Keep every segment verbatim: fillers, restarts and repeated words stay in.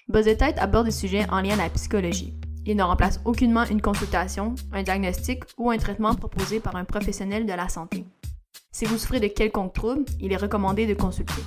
Buzz de tête aborde des sujets en lien à la psychologie. Il ne remplace aucunement une consultation, un diagnostic ou un traitement proposé par un professionnel de la santé. Si vous souffrez de quelconque trouble, il est recommandé de consulter.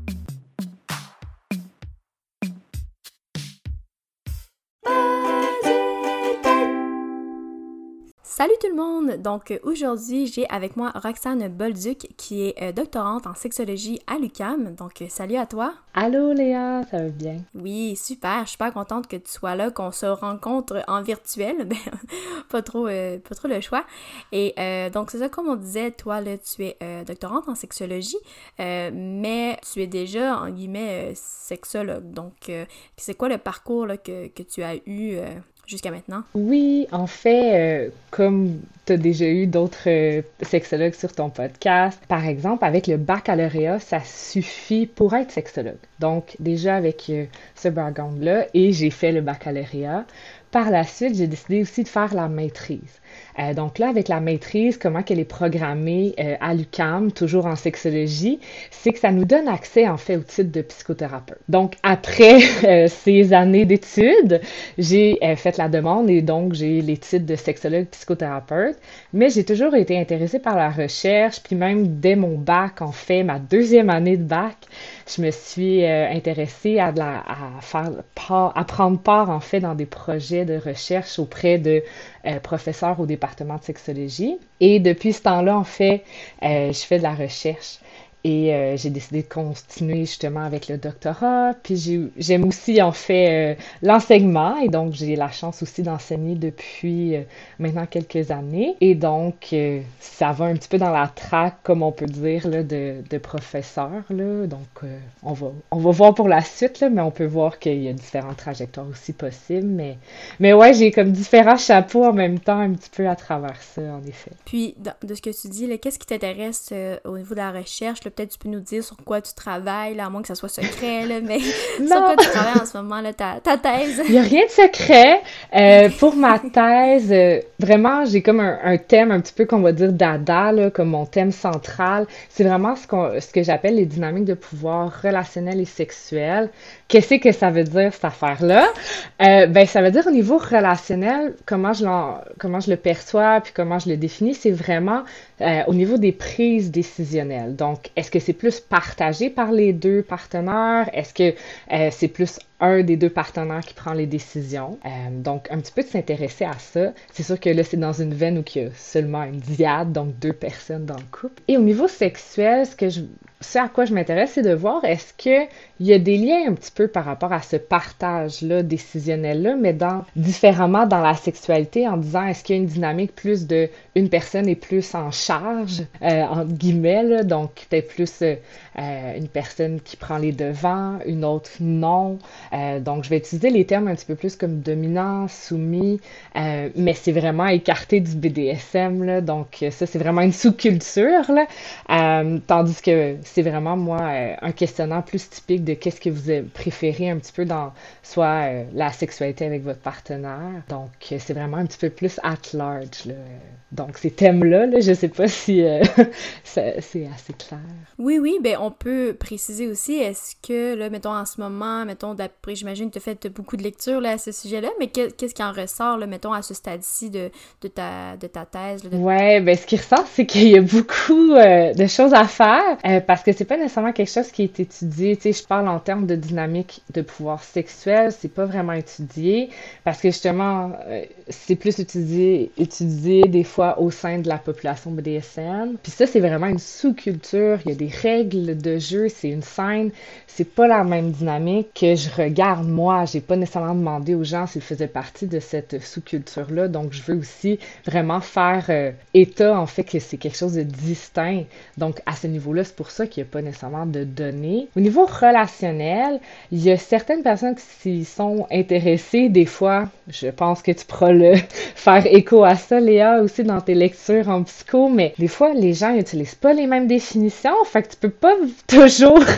Salut tout le monde! Donc aujourd'hui, j'ai avec moi Roxane Bolduc qui est euh, doctorante en sexologie à l'U Q A M. Donc euh, salut à toi! Allô Léa, ça va bien? Oui, super! Je suis super contente que tu sois là, qu'on se rencontre en virtuel. Ben, pas trop, euh, pas trop le choix. Et euh, donc c'est ça, comme on disait, toi là, tu es euh, doctorante en sexologie, euh, mais tu es déjà, en guillemets, euh, sexologue. Donc euh, c'est quoi le parcours là, que, que tu as eu euh, jusqu'à maintenant? Oui, en fait, euh, comme tu as déjà eu d'autres euh, sexologues sur ton podcast, par exemple, avec le baccalauréat, ça suffit pour être sexologue. Donc, déjà avec euh, ce background-là, et j'ai fait le baccalauréat. Par la suite, j'ai décidé aussi de faire la maîtrise. Euh, donc là, avec la maîtrise, comment qu'elle est programmée euh, à l'U Q A M, toujours en sexologie, c'est que ça nous donne accès en fait au titre de psychothérapeute. Donc après euh, ces années d'études, j'ai euh, fait la demande et donc j'ai les titres de sexologue psychothérapeute, mais j'ai toujours été intéressée par la recherche, puis même dès mon bac, en fait, ma deuxième année de bac, je me suis euh, intéressée à, de la, à faire part, à prendre part en fait dans des projets de recherche auprès de euh, professeurs au département de sexologie. Et depuis ce temps-là, en fait, euh, je fais de la recherche. Et euh, j'ai décidé de continuer justement avec le doctorat. Puis j'ai, j'aime aussi en fait euh, l'enseignement et donc j'ai la chance aussi d'enseigner depuis euh, maintenant quelques années. Et donc euh, ça va un petit peu dans la traque, comme on peut dire, là, de, de professeur, là. Donc euh, on va on va voir pour la suite, là, mais on peut voir qu'il y a différentes trajectoires aussi possibles. Mais, mais ouais, j'ai comme différents chapeaux en même temps un petit peu à travers ça, en effet. Puis, de, de ce que tu dis, là, qu'est-ce qui t'intéresse euh, au niveau de la recherche? Là, peut-être tu peux nous dire sur quoi tu travailles, là, à moins que ça soit secret, là, mais sur quoi tu travailles en ce moment, là, ta, ta thèse? Il n'y a rien de secret. Euh, pour ma thèse, euh, vraiment, j'ai comme un, un thème un petit peu qu'on va dire dada, là, comme mon thème central. C'est vraiment ce, qu'on, ce que j'appelle les dynamiques de pouvoir relationnelles et sexuelles. Qu'est-ce que ça veut dire, cette affaire-là? Euh, ben, ça veut dire au niveau relationnel, comment je, l'en, comment je le perçois, puis comment je le définis, c'est vraiment euh, au niveau des prises décisionnelles. Donc, est-ce que c'est plus partagé par les deux partenaires? Est-ce que euh, c'est plus un des deux partenaires qui prend les décisions? Euh, donc, un petit peu de s'intéresser à ça. C'est sûr que là, c'est dans une veine où il y a seulement une dyade, donc deux personnes dans le couple. Et au niveau sexuel, ce que je, ce à quoi je m'intéresse, c'est de voir est-ce que il y a des liens un petit peu par rapport à ce partage-là, décisionnel-là, mais dans, différemment dans la sexualité, en disant est-ce qu'il y a une dynamique plus de une personne est plus en charge, euh, entre guillemets, là, donc peut-être plus euh, une personne qui prend les devants, une autre non. Euh, donc je vais utiliser les termes un petit peu plus comme dominant, soumis, euh, mais c'est vraiment écarté du B D S M, là, donc ça c'est vraiment une sous-culture, là, euh, tandis que c'est vraiment moi euh, un questionnement plus typique de qu'est-ce que vous préférez un petit peu dans soit euh, la sexualité avec votre partenaire. Donc, euh, c'est vraiment un petit peu plus at large, là. Donc, ces thèmes-là, là, je sais pas si euh, c'est, c'est assez clair. Oui, oui, ben on peut préciser aussi, est-ce que, là, mettons, en ce moment, mettons, d'après, j'imagine que tu as fait beaucoup de lectures là, à ce sujet-là, mais que, qu'est-ce qui en ressort, là, mettons, à ce stade-ci de, de, ta, de ta thèse? Là, de... Ouais, ben ce qui ressort, c'est qu'il y a beaucoup euh, de choses à faire, euh, parce que c'est pas nécessairement quelque chose qui est étudié. Tu sais, je parle en termes de dynamique de pouvoir sexuel, c'est pas vraiment étudié, parce que justement, euh, c'est plus étudié, étudié des fois au sein de la population B D S M. Puis ça, c'est vraiment une sous-culture. Il y a des règles de jeu, c'est une scène. C'est pas la même dynamique que je regarde moi. J'ai pas nécessairement demandé aux gens s'ils faisaient partie de cette sous-culture-là. Donc, je veux aussi vraiment faire euh, état, en fait, que c'est quelque chose de distinct. Donc, à ce niveau-là, c'est pour ça qu'il n'y a pas nécessairement de données. Au niveau relationnel, il y a certaines personnes qui s'y sont intéressées. Des fois, je pense que tu pourras le faire écho à ça, Léa, aussi dans tes lectures en psycho, mais des fois, les gens n'utilisent pas les mêmes définitions, fait que tu peux pas toujours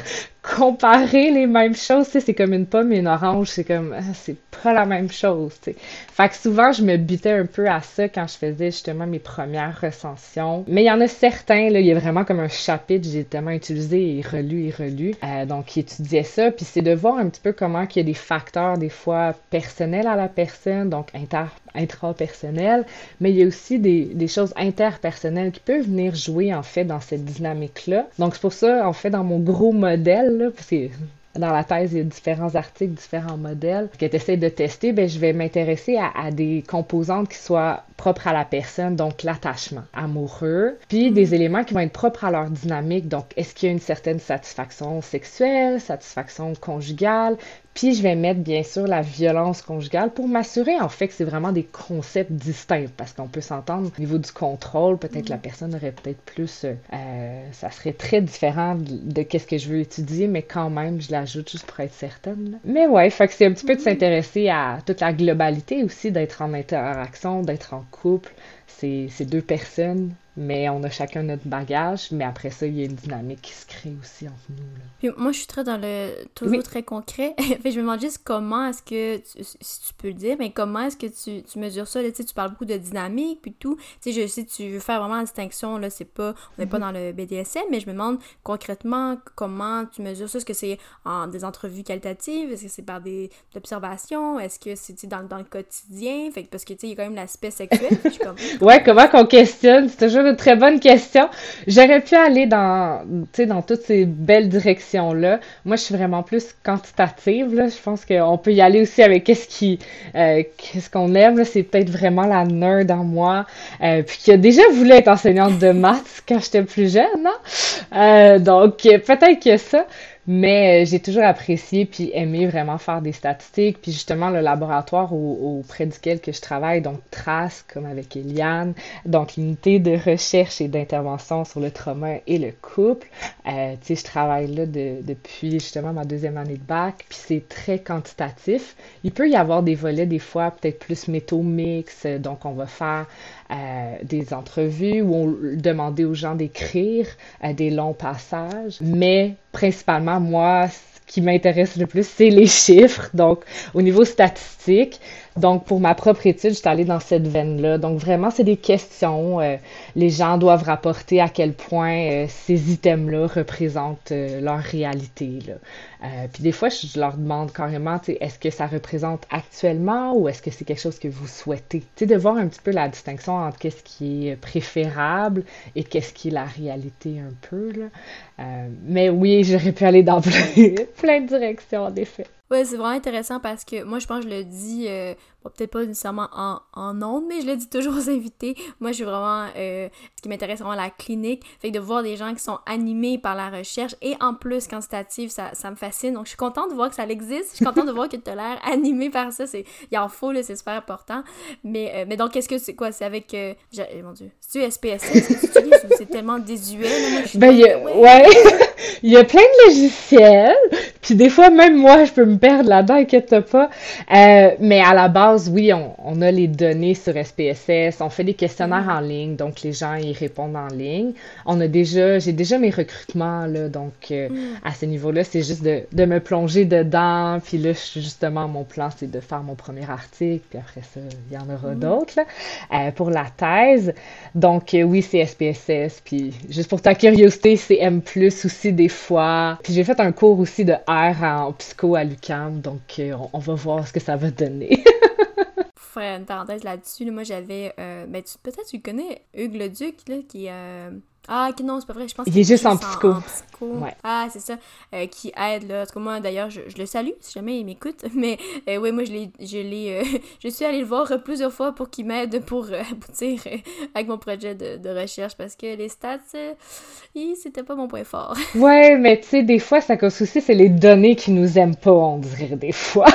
comparer les mêmes choses, tu sais, c'est comme une pomme et une orange, c'est comme, ah, c'est pas la même chose, tu sais. Fait que souvent, je me butais un peu à ça quand je faisais justement mes premières recensions. Mais il y en a certains, là, il y a vraiment comme un chapitre, j'ai tellement utilisé et relu et relu, euh, donc qui étudiait ça, puis c'est de voir un petit peu comment qu'il y a des facteurs, des fois, personnels à la personne, donc inter intrapersonnels, mais il y a aussi des, des choses interpersonnelles qui peuvent venir jouer, en fait, dans cette dynamique-là. Donc, c'est pour ça, en fait, dans mon gros modèle, là, parce que dans la thèse, il y a différents articles, différents modèles que tu essaies de tester, ben, je vais m'intéresser à, à des composantes qui soient propres à la personne, donc l'attachement amoureux, puis des éléments qui vont être propres à leur dynamique, donc est-ce qu'il y a une certaine satisfaction sexuelle, satisfaction conjugale, puis je vais mettre bien sûr la violence conjugale pour m'assurer en fait que c'est vraiment des concepts distincts, parce qu'on peut s'entendre au niveau du contrôle, peut-être la personne aurait peut-être plus, euh, ça serait très différent de, de qu'est-ce que je veux étudier, mais quand même je l'ajoute juste pour être certaine, là. Mais ouais, fait que c'est un petit peu de s'intéresser à toute la globalité aussi, d'être en interaction, d'être en couple, c'est c'est deux personnes, mais on a chacun notre bagage, mais après ça, il y a une dynamique qui se crée aussi entre nous, là. Puis moi, je suis très dans le... toujours Oui. très concret. Fait, je me demande juste comment est-ce que... tu- si tu peux le dire, mais comment est-ce que tu, tu mesures ça? Là, tu sais, tu parles beaucoup de dynamique, puis tout. Tu sais, je sais, tu veux faire vraiment la distinction, là, c'est pas... On n'est pas dans le B D S M, mais je me demande concrètement comment tu mesures ça. Est-ce que c'est en des entrevues qualitatives? Est-ce que c'est par des observations? Est-ce que c'est, tu sais, dans, dans le quotidien? Fait que, parce que, tu sais, il y a quand même l'aspect sexuel. Puis je suis comme... Ouais, comment qu'on questionne? C'est toujours une très bonne question. J'aurais pu aller dans, tu sais, dans toutes ces belles directions-là. Moi, je suis vraiment plus quantitative, là. Je pense qu'on peut y aller aussi avec qu'est-ce qui, euh, qu'est-ce qu'on aime, là. C'est peut-être vraiment la nerd en moi, euh, puis qui a déjà voulu être enseignante de maths quand j'étais plus jeune, non? Euh, donc, euh, peut-être que ça. Mais euh, j'ai toujours apprécié puis aimé vraiment faire des statistiques. Puis justement, le laboratoire au- auprès duquel que je travaille, donc Trace, comme avec Eliane, donc l'unité de recherche et d'intervention sur le trauma et le couple. Euh, tu sais, je travaille là de- depuis justement ma deuxième année de bac, puis c'est très quantitatif. Il peut y avoir des volets des fois peut-être plus métaux-mix, euh, donc on va faire euh, des entrevues où on demandait aux gens d'écrire euh, des longs passages, mais principalement, moi, ce qui m'intéresse le plus, c'est les chiffres, donc au niveau statistique. Donc, pour ma propre étude, je suis allée dans cette veine-là. Donc, vraiment, c'est des questions. euh, les gens doivent rapporter à quel point euh, ces items-là représentent euh, leur réalité, là. Euh, puis des fois, je, je leur demande carrément, tu sais, est-ce que ça représente actuellement ou est-ce que c'est quelque chose que vous souhaitez? Tu sais, de voir un petit peu la distinction entre qu'est-ce qui est préférable et qu'est-ce qui est la réalité un peu, là. Euh, mais oui, j'aurais pu aller dans plein, plein de directions, en effet. Ouais, c'est vraiment intéressant parce que moi, je pense que je le dis, euh, bon, peut-être pas nécessairement en, en ondes, mais je le dis toujours aux invités. Moi, je suis vraiment, euh, ce qui m'intéresse vraiment la clinique. Fait que de voir des gens qui sont animés par la recherche et en plus quantitative, ça, ça me fascine. Donc, je suis contente de voir que ça existe. Je suis contente de voir que tu as l'air animé par ça. C'est, il en faut, là, c'est super important. Mais, euh, mais donc, qu'est-ce que c'est quoi? C'est avec, euh, j'ai- mon Dieu, c'est-tu S P S S que tu utilises ou c'est tellement désuet, là? Moi, je suis Ben, il y a, ouais. ouais, il y a plein de logiciels, puis des fois, même moi, je peux me perdre là-dedans, inquiète pas. Euh, mais à la base, oui, on, on a les données sur S P S S, on fait des questionnaires en ligne, donc les gens y répondent en ligne. On a déjà, j'ai déjà mes recrutements, là, donc euh, à ce niveau-là, c'est juste de, de me plonger dedans, puis là, je- justement, mon plan, c'est de faire mon premier article, puis après ça, il y en aura d'autres, là, euh, pour la thèse. Donc, euh, oui, c'est S P S S. Puis, juste pour ta curiosité, c'est M plus aussi des fois. Puis, j'ai fait un cours aussi de R en psycho à l'U Q A M. Donc, euh, on, on va voir ce que ça va donner. Pour faire une parenthèse là-dessus, là, moi j'avais, euh, ben tu, peut-être tu le connais, Hugues Leduc, là, qui est... euh, Ah, ok, non, c'est pas vrai, je pense Il qu'il est juste en psycho. en psycho. Ouais. Ah, c'est ça, euh, qui aide, là. En tout cas, moi, d'ailleurs, je, je le salue, si jamais il m'écoute, mais euh, ouais, moi, je l'ai, je l'ai, euh, je suis allée le voir euh, plusieurs fois pour qu'il m'aide pour euh, aboutir euh, avec mon projet de, de recherche, parce que les stats, euh, hi, c'était pas mon point fort. Ouais, mais tu sais, des fois, ça cause aussi, c'est les données qui nous aiment pas, on dirait des fois.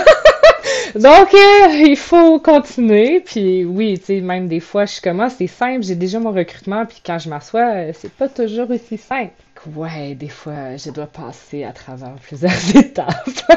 Donc, euh, il faut continuer. Puis oui, tu sais, même des fois, je suis comme, ah, c'est simple, j'ai déjà mon recrutement. Puis quand je m'assois, euh, c'est pas toujours aussi simple. Ouais, des fois, je dois passer à travers plusieurs étapes.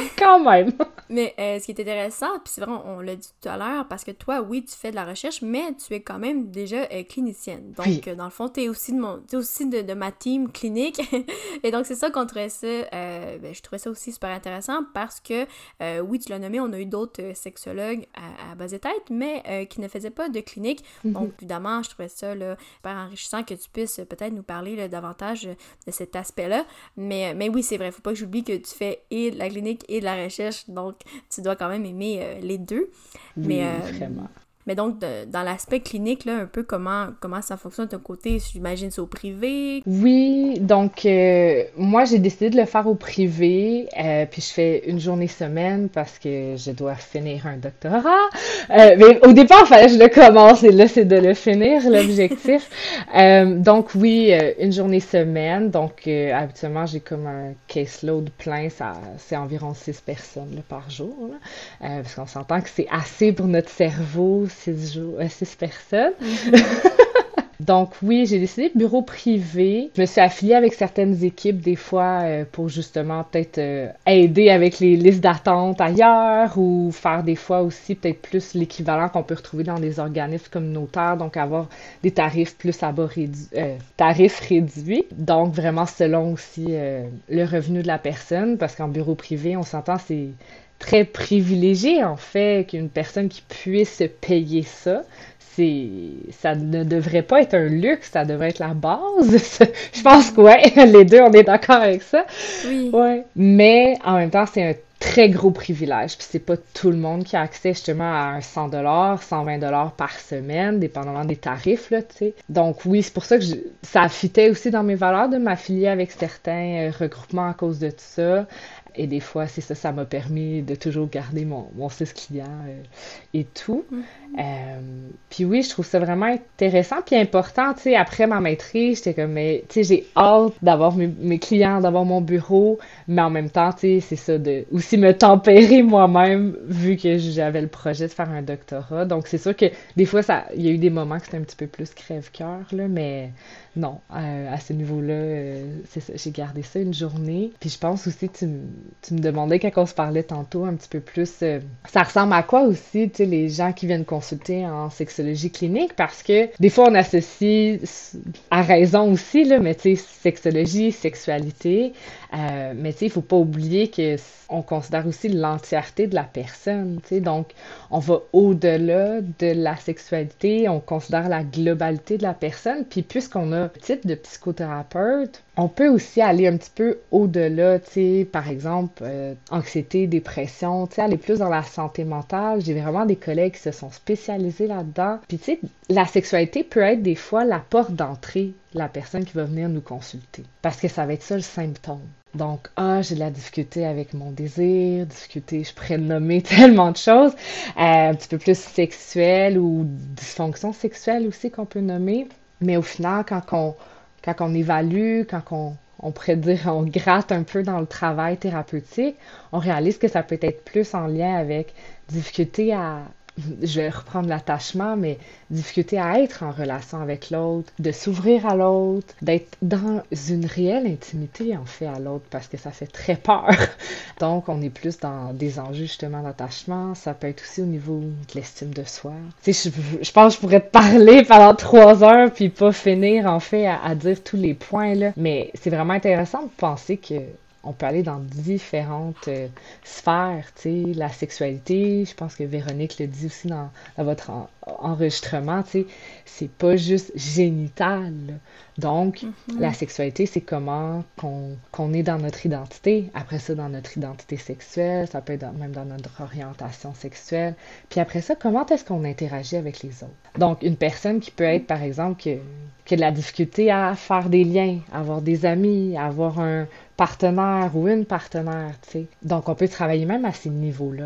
quand même. Mais euh, ce qui est intéressant, puis c'est vrai, on, on l'a dit tout à l'heure, parce que toi, oui, tu fais de la recherche, mais tu es quand même déjà euh, clinicienne. Donc, Oui. euh, dans le fond, tu es aussi, de, mon, t'es aussi de, de ma team clinique. Et donc, c'est ça qu'on trouvait ça, euh, ben, je trouvais ça aussi super intéressant parce que, euh, oui, tu l'as nommé, on a eu d'autres euh, sexologues à, à bas tête, mais euh, qui ne faisaient pas de clinique. Mm-hmm. Donc, évidemment, je trouvais ça là, super enrichissant que tu puisses euh, peut-être nous parler là, davantage de cet aspect-là. Mais, mais oui, c'est vrai, faut pas que j'oublie que tu fais et de la clinique et de la recherche, donc tu dois quand même aimer euh, les deux. Oui, mais, euh, vraiment. Mais donc, de, dans l'aspect clinique, là, un peu comment, comment ça fonctionne de ton côté, j'imagine c'est au privé? Oui, donc euh, moi j'ai décidé de le faire au privé, euh, puis je fais une journée semaine parce que je dois finir un doctorat. Euh, mais au départ, il fallait que je le commence et là c'est de le finir, l'objectif. euh, donc oui, euh, une journée semaine, donc euh, habituellement j'ai comme un caseload plein, ça c'est environ six personnes là, par jour, là. Euh, parce qu'on s'entend que c'est assez pour notre cerveau, six, jours, euh, six personnes. Mm-hmm. Donc oui, j'ai décidé de bureau privé. Je me suis affiliée avec certaines équipes des fois euh, pour justement peut-être euh, aider avec les listes d'attente ailleurs ou faire des fois aussi peut-être plus l'équivalent qu'on peut retrouver dans des organismes communautaires, donc avoir des tarifs plus à bas réduits, euh, tarifs réduits. Donc vraiment selon aussi euh, le revenu de la personne, parce qu'en bureau privé, on s'entend, c'est très privilégié en fait qu'une personne qui puisse se payer ça. C'est, ça ne devrait pas être un luxe, ça devrait être la base. Je pense que ouais, les deux, on est d'accord avec ça. Oui. Ouais. Mais en même temps, c'est un très gros privilège. Puis c'est pas tout le monde qui a accès justement à un cent dollars, cent vingt dollars par semaine, dépendamment des tarifs, là, tu sais. Donc oui, c'est pour ça que je, ça fitait aussi dans mes valeurs de m'affilier avec certains euh, regroupements à cause de tout ça. Et des fois, c'est ça, ça m'a permis de toujours garder mon, mon six clients euh, et tout. Mm-hmm. Euh, puis oui, je trouve ça vraiment intéressant puis important, tu sais, après ma maîtrise, j'étais comme, mais, tu sais, j'ai hâte d'avoir mes, mes clients, d'avoir mon bureau, mais en même temps, tu sais, c'est ça, de aussi me tempérer moi-même, vu que j'avais le projet de faire un doctorat. Donc, c'est sûr que des fois, ça, il y a eu des moments que c'était un petit peu plus crève-cœur, là, mais non, euh, à ce niveau-là, euh, c'est ça, j'ai gardé ça une journée. Puis je pense aussi, tu, tu me demandais quand on se parlait tantôt un petit peu plus, euh, ça ressemble à quoi aussi, tu sais, les gens qui viennent consulter en sexologie clinique, parce que des fois, on associe, à raison aussi, là, mais tu sais, sexologie, sexualité, euh, mais tu sais, il faut pas oublier que on considère aussi l'entièreté de la personne, tu sais, donc on va au-delà de la sexualité, on considère la globalité de la personne, puis puisqu'on a un titre de psychothérapeute, on peut aussi aller un petit peu au-delà, tu sais, par exemple, euh, anxiété, dépression, tu sais, aller plus dans la santé mentale. J'ai vraiment des collègues qui se sont spécialisés là-dedans. Puis tu sais, la sexualité peut être des fois la porte d'entrée de la personne qui va venir nous consulter, parce que ça va être ça le symptôme. Donc, ah, j'ai de la difficulté avec mon désir, difficulté, je pourrais nommer tellement de choses, euh, un petit peu plus sexuelle ou dysfonction sexuelle aussi qu'on peut nommer. Mais au final, quand on, quand on évalue, quand on, on pourrait dire, on gratte un peu dans le travail thérapeutique, on réalise que ça peut être plus en lien avec difficulté à, je vais reprendre l'attachement, mais difficulté à être en relation avec l'autre, de s'ouvrir à l'autre, d'être dans une réelle intimité, en fait, à l'autre, parce que ça fait très peur. Donc, on est plus dans des enjeux, justement, d'attachement. Ça peut être aussi au niveau de l'estime de soi. Tu sais, je, je pense que je pourrais te parler pendant trois heures, puis pas finir, en fait, à, à dire tous les points, là. Mais c'est vraiment intéressant de penser que on peut aller dans différentes euh, sphères, tu sais, la sexualité, je pense que Véronique le dit aussi dans, dans votre en, enregistrement, tu sais, c'est pas juste génital. Donc, mm-hmm. la sexualité, c'est comment qu'on, qu'on est dans notre identité. Après ça, dans notre identité sexuelle, ça peut être dans, même dans notre orientation sexuelle. Puis après ça, comment est-ce qu'on interagit avec les autres? Donc, une personne qui peut être, par exemple, que, qui a de la difficulté à faire des liens, avoir des amis, avoir un partenaire ou une partenaire, tu sais. Donc, on peut travailler même à ces niveaux-là, là.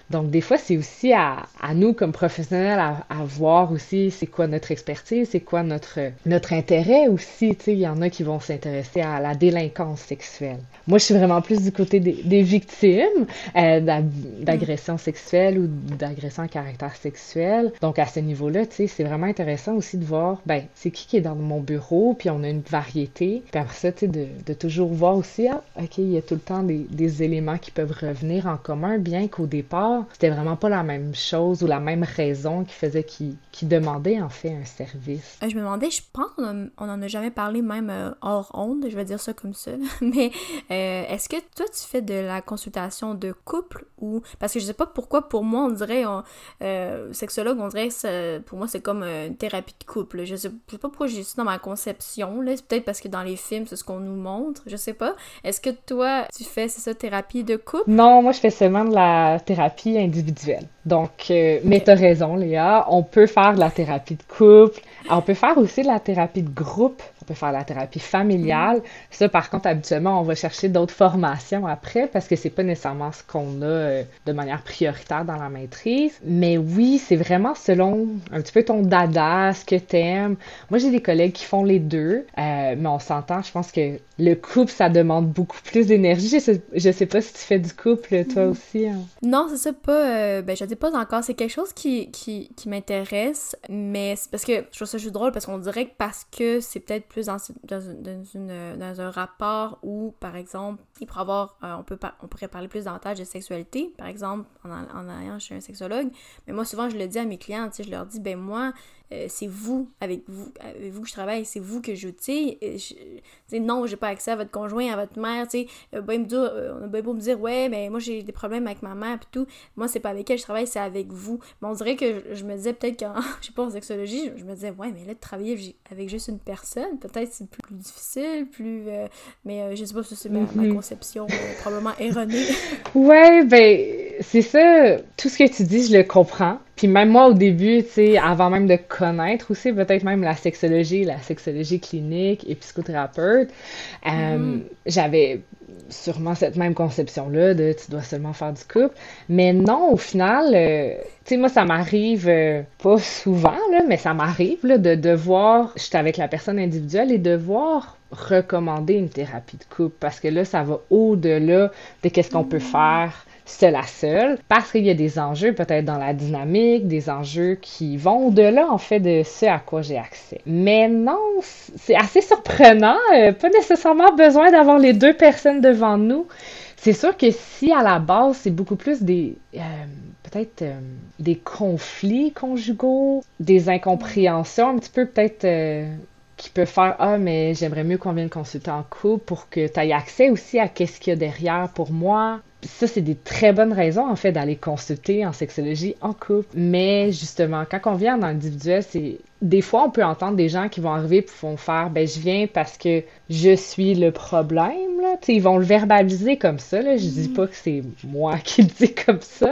Donc, des fois, c'est aussi à, à nous, comme professionnels, à, à voir aussi c'est quoi notre expertise, c'est quoi notre, notre intérêt aussi. Tu sais, il y en a qui vont s'intéresser à la délinquance sexuelle. Moi, je suis vraiment plus du côté des, des victimes euh, d'agressions sexuelles ou d'agressions à caractère sexuel. Donc, à ce niveau-là, tu sais, c'est vraiment intéressant aussi de voir, ben, c'est qui qui est dans mon bureau, puis on a une variété. Puis après ça, tu sais, de, de toujours voir aussi, ah, OK, il y a tout le temps des, des éléments qui peuvent revenir en commun, bien qu'au départ, c'était vraiment pas la même chose ou la même raison qui faisait qu'ils qu'ils demandaient, en fait, un service. Euh, je me demandais, je pense qu'on on en a jamais parlé même euh, hors onde, je vais dire ça comme ça, mais euh, est-ce que toi, tu fais de la consultation de couple ou... Parce que je sais pas pourquoi, pour moi, on dirait, on, euh, sexologue, on dirait que ça, pour moi, c'est comme une thérapie de couple. Je sais, je sais pas pourquoi j'ai ça dans ma conception, là. C'est peut-être parce que dans les films, c'est ce qu'on nous montre, je sais pas. Est-ce que toi, tu fais, c'est ça, thérapie de couple? Non, moi, je fais seulement de la thérapie individuelle. Donc, euh, mais Okay. t'as raison, Léa, on peut faire de la thérapie de couple, on peut faire aussi de la thérapie de groupe, on peut faire de la thérapie familiale. Ça, par contre, habituellement, on va chercher d'autres formations après parce que c'est pas nécessairement ce qu'on a euh, de manière prioritaire dans la maîtrise. Mais oui, c'est vraiment selon un petit peu ton dada, ce que t'aimes. Moi, j'ai des collègues qui font les deux, euh, mais on s'entend, je pense que le couple, ça demande beaucoup plus d'énergie. Je sais, je sais pas si tu fais du couple, toi aussi, hein. Non, c'est ça, pas... Euh, ben, je dis pas encore. C'est quelque chose qui, qui, qui m'intéresse, mais c'est parce que je trouve ça juste drôle, parce qu'on dirait que parce que c'est peut-être plus dans, dans, une, dans, une, dans un rapport où, par exemple, il pourrait avoir... Euh, on, peut par, on pourrait parler plus davantage de sexualité, par exemple, en, en allant chez un sexologue. Mais moi, souvent, je le dis à mes clients, tu sais, je leur dis, ben moi... Euh, c'est vous, avec vous, avec vous que je travaille, c'est vous que je, tu sais, euh, je- tu sais, non, j'ai pas accès à votre conjoint, à votre mère, tu sais, euh, ben, me dire, euh, on a bien beau me dire, ouais, mais moi j'ai des problèmes avec ma mère, pis tout, moi c'est pas avec elle, je travaille, c'est avec vous. Mais on dirait que je, je me disais peut-être quand, je sais pas, en sexologie, je, je me disais, ouais, mais là, de travailler avec juste une personne, peut-être c'est plus, plus difficile, plus, euh, mais euh, je sais pas si c'est ma, ma Mhm. conception, euh, probablement erronée. Ouais, ben, c'est ça. Tout ce que tu dis, je le comprends. Puis même moi, au début, tu sais, avant même de connaître aussi, peut-être même la sexologie, la sexologie clinique et psychothérapeute, euh, Mhm. j'avais sûrement cette même conception-là de tu dois seulement faire du couple. Mais non, au final, euh, tu sais, moi, ça m'arrive euh, pas souvent, là, mais ça m'arrive là, de devoir, je suis avec la personne individuelle et devoir recommander une thérapie de couple parce que là, ça va au-delà de qu'est-ce qu'on peut faire seul à seul, parce qu'il y a des enjeux peut-être dans la dynamique, des enjeux qui vont au-delà en fait de ce à quoi j'ai accès. Mais non, c'est assez surprenant, euh, pas nécessairement besoin d'avoir les deux personnes devant nous. C'est sûr que si à la base c'est beaucoup plus des euh, peut-être euh, des conflits conjugaux, des incompréhensions un petit peu peut-être euh, qui peut faire ah mais j'aimerais mieux qu'on vienne consulter en couple pour que tu aies accès aussi à qu'est-ce qu'il y a derrière pour moi. Ça, c'est des très bonnes raisons, en fait, d'aller consulter en sexologie en couple. Mais justement, quand on vient en individuel, c'est... Des fois, on peut entendre des gens qui vont arriver et vont faire « Ben, je viens parce que je suis le problème. » là. Tu sais, ils vont le verbaliser comme ça. Là. Je dis pas que c'est moi qui le dis comme ça.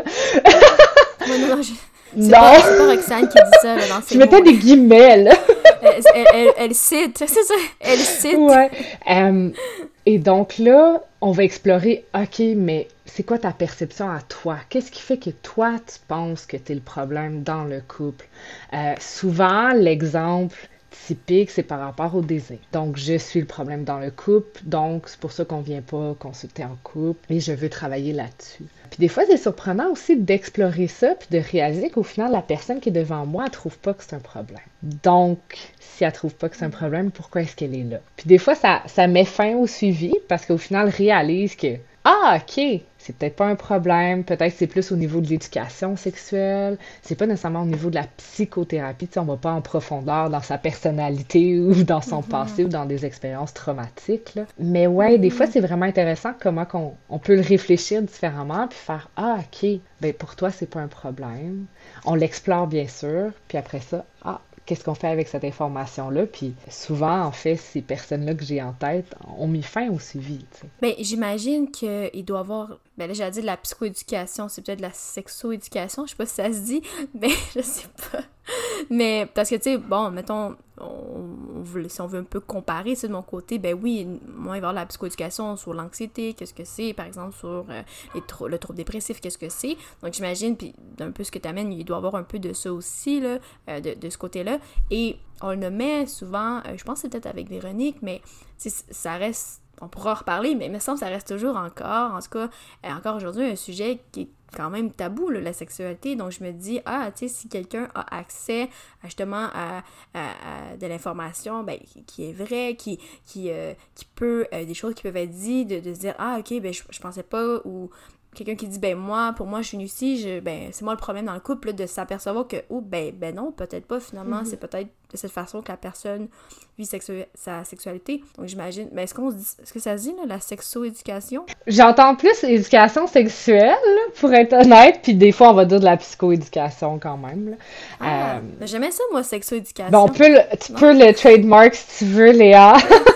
Ouais, non, non, je- c'est Non! pas, c'est pas Roxane qui dit ça, là, dans Je ses mettais mots, là. des guillemets, là. Elle, elle, elle, elle cite, c'est ça, elle cite. Ouais. Euh, et donc là, on va explorer, OK, mais c'est quoi ta perception à toi? Qu'est-ce qui fait que toi, tu penses que tu es le problème dans le couple? Euh, souvent, l'exemple typique, c'est par rapport au désir. Donc, je suis le problème dans le couple, donc c'est pour ça qu'on vient pas consulter en couple et je veux travailler là-dessus. Puis des fois, c'est surprenant aussi d'explorer ça puis de réaliser qu'au final, la personne qui est devant moi, elle trouve pas que c'est un problème. Donc, si elle trouve pas que c'est un problème, pourquoi est-ce qu'elle est là? Puis des fois, ça, ça met fin au suivi parce qu'au final, réalise que ah, ok, c'est peut-être pas un problème, peut-être que c'est plus au niveau de l'éducation sexuelle, c'est pas nécessairement au niveau de la psychothérapie, tu sais, on va pas en profondeur dans sa personnalité ou dans son Mhm. passé ou dans des expériences traumatiques, là. Mais ouais, des fois, c'est vraiment intéressant comment qu'on, on peut le réfléchir différemment puis faire, ah, ok, ben pour toi, c'est pas un problème. On l'explore bien sûr, puis après ça, ah, qu'est-ce qu'on fait avec cette information-là? Puis souvent, en fait, ces personnes-là que j'ai en tête ont mis fin au suivi, tu sais. Ben, j'imagine qu'il doit y avoir... Ben là, j'allais dire de la psychoéducation, c'est peut-être de la sexo-éducation, je sais pas si ça se dit, mais je sais pas. Mais, parce que, tu sais, bon, mettons, on, on veut, si on veut un peu comparer, c'est de mon côté, ben oui, moi, il va y avoir la psychoéducation sur l'anxiété, qu'est-ce que c'est, par exemple, sur euh, les trou- le trouble dépressif, qu'est-ce que c'est. Donc, j'imagine, puis d'un peu ce que tu amènes, il doit y avoir un peu de ça aussi, là, euh, de, de ce côté-là. Et on le met souvent, euh, je pense que c'est peut-être avec Véronique, mais ça reste, on pourra en reparler, mais il me semble que ça reste toujours encore, en tout cas, euh, encore aujourd'hui, un sujet qui est quand même tabou, là, la sexualité. Donc, je me dis, ah, tu sais, si quelqu'un a accès à, justement à, à, à de l'information ben, qui est vraie, qui, qui, euh, qui peut, euh, des choses qui peuvent être dites, de, de se dire, ah, ok, ben, je, je pensais pas, ou quelqu'un qui dit, ben, moi, pour moi, je suis une ici, je, ben, c'est moi le problème dans le couple, là, de s'apercevoir que, oh, ben, ben non, peut-être pas, finalement, mm-hmm. c'est peut-être de cette façon que la personne vit sexu- sa sexualité. Donc, j'imagine, ben, est-ce qu'on se dit, est-ce que ça se dit, là, la sexo-éducation? J'entends plus éducation sexuelle, là, pour être honnête, puis des fois, on va dire de la psychoéducation quand même, là. Ah, euh... j'aimais ça, moi, sexo-éducation. Bon, on peut le, tu non? peux le trademark si tu veux, Léa.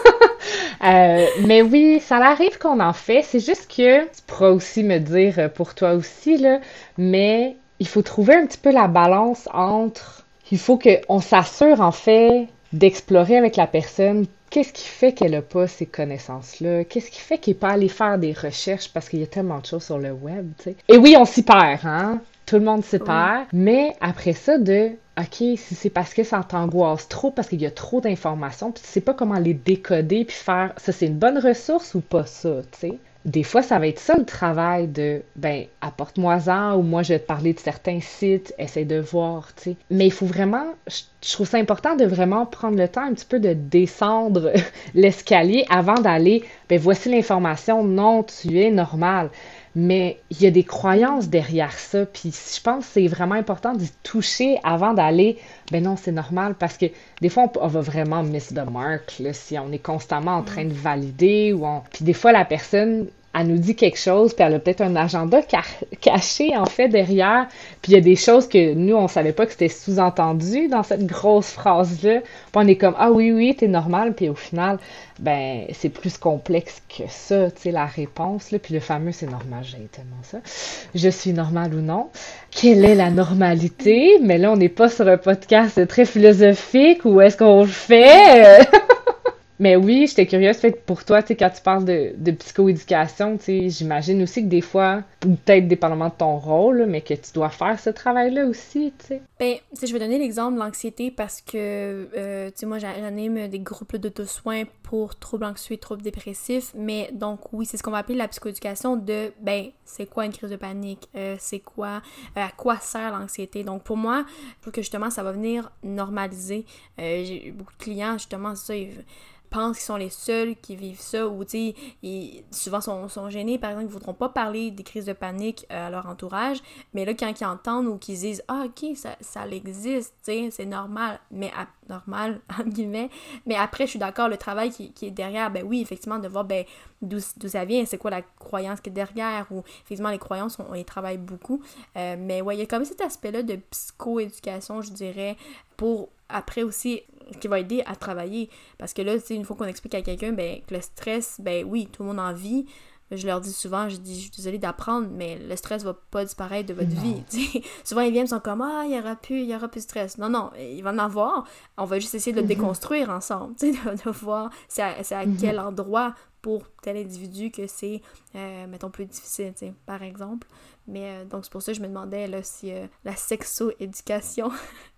Euh, mais oui, ça arrive qu'on en fait. C'est juste que tu pourras aussi me dire pour toi aussi, là, mais il faut trouver un petit peu la balance entre... Il faut qu'on s'assure, en fait, d'explorer avec la personne qu'est-ce qui fait qu'elle n'a pas ces connaissances-là, qu'est-ce qui fait qu'elle n'est pas allée faire des recherches parce qu'il y a tellement de choses sur le web, tu sais. Et oui, on s'y perd, hein? Tout le monde s'y perd. Oui. Mais après ça, de... OK, si c'est parce que ça t'angoisse trop, parce qu'il y a trop d'informations, puis tu sais pas comment les décoder, puis faire, ça c'est une bonne ressource ou pas ça, tu sais. Des fois, ça va être ça le travail de, ben, apporte-moi-en, ou moi je vais te parler de certains sites, essaie de voir, tu sais. Mais il faut vraiment, je, je trouve ça important de vraiment prendre le temps un petit peu de descendre l'escalier avant d'aller, ben voici l'information, non, tu es normal. Mais il y a des croyances derrière ça, puis je pense que c'est vraiment important d'y toucher avant d'aller, ben non, c'est normal, parce que des fois, on, on va vraiment miss the mark, là, si on est constamment en train de valider, ou on... Puis des fois, la personne, elle nous dit quelque chose, puis elle a peut-être un agenda ca- caché, en fait, derrière, puis il y a des choses que nous, on savait pas que c'était sous-entendu dans cette grosse phrase-là, puis on est comme, ah oui, oui, t'es normal, puis au final, ben, c'est plus complexe que ça, tu sais, la réponse, là, puis le fameux, c'est normal, j'ai tellement ça, je suis normale ou non, quelle est la normalité, mais là, on n'est pas sur un podcast très philosophique, ou est-ce qu'on le fait? Mais oui, j'étais curieuse, fait que pour toi, tu sais, quand tu parles de, de psychoéducation, tu sais, j'imagine aussi que des fois, ou peut-être dépendamment de ton rôle, mais que tu dois faire ce travail-là aussi, tu sais. Ben, tu sais, je vais donner l'exemple de l'anxiété parce que, euh, tu sais, moi, j'anime des groupes d'auto-soins pour troubles anxieux et troubles dépressifs, mais donc, oui, c'est ce qu'on va appeler la psychoéducation de, ben, c'est quoi une crise de panique, euh, c'est quoi, euh, à quoi sert l'anxiété. Donc, pour moi, je trouve que justement, ça va venir normaliser. Euh, j'ai eu beaucoup de clients, justement, ça, ils pensent qu'ils sont les seuls qui vivent ça, ou tu sais, ils souvent sont, sont gênés, par exemple, ils ne voudront pas parler des crises de panique euh, à leur entourage, mais là, quand ils entendent ou qu'ils disent « Ah, ok, ça, ça existe, tu sais, c'est normal », mais à, normal, entre guillemets, mais après, je suis d'accord, le travail qui, qui est derrière, ben oui, effectivement, de voir ben, d'où, d'où ça vient, c'est quoi la croyance qui est derrière, ou effectivement, les croyances, on, on les travaille beaucoup, euh, mais ouais, il y a comme cet aspect-là de psychoéducation, je dirais, pour après aussi, qui va aider à travailler. Parce que là, tu sais, une fois qu'on explique à quelqu'un, ben, que le stress, ben oui, tout le monde en vit. Je leur dis souvent, je dis, je suis désolée d'apprendre, mais le stress va pas disparaître de votre non. vie. T'sais. Souvent, ils viennent, ils sont comme, ah, il y aura plus, il y aura plus de stress. Non, non, il va en avoir. On va juste essayer de le mm-hmm. déconstruire ensemble. Tu sais, de, de voir c'est à, c'est à mm-hmm. quel endroit pour tel individu que c'est, euh, mettons, plus difficile, tu sais, par exemple. Mais euh, donc, c'est pour ça que je me demandais, là, si euh, la sexo-éducation...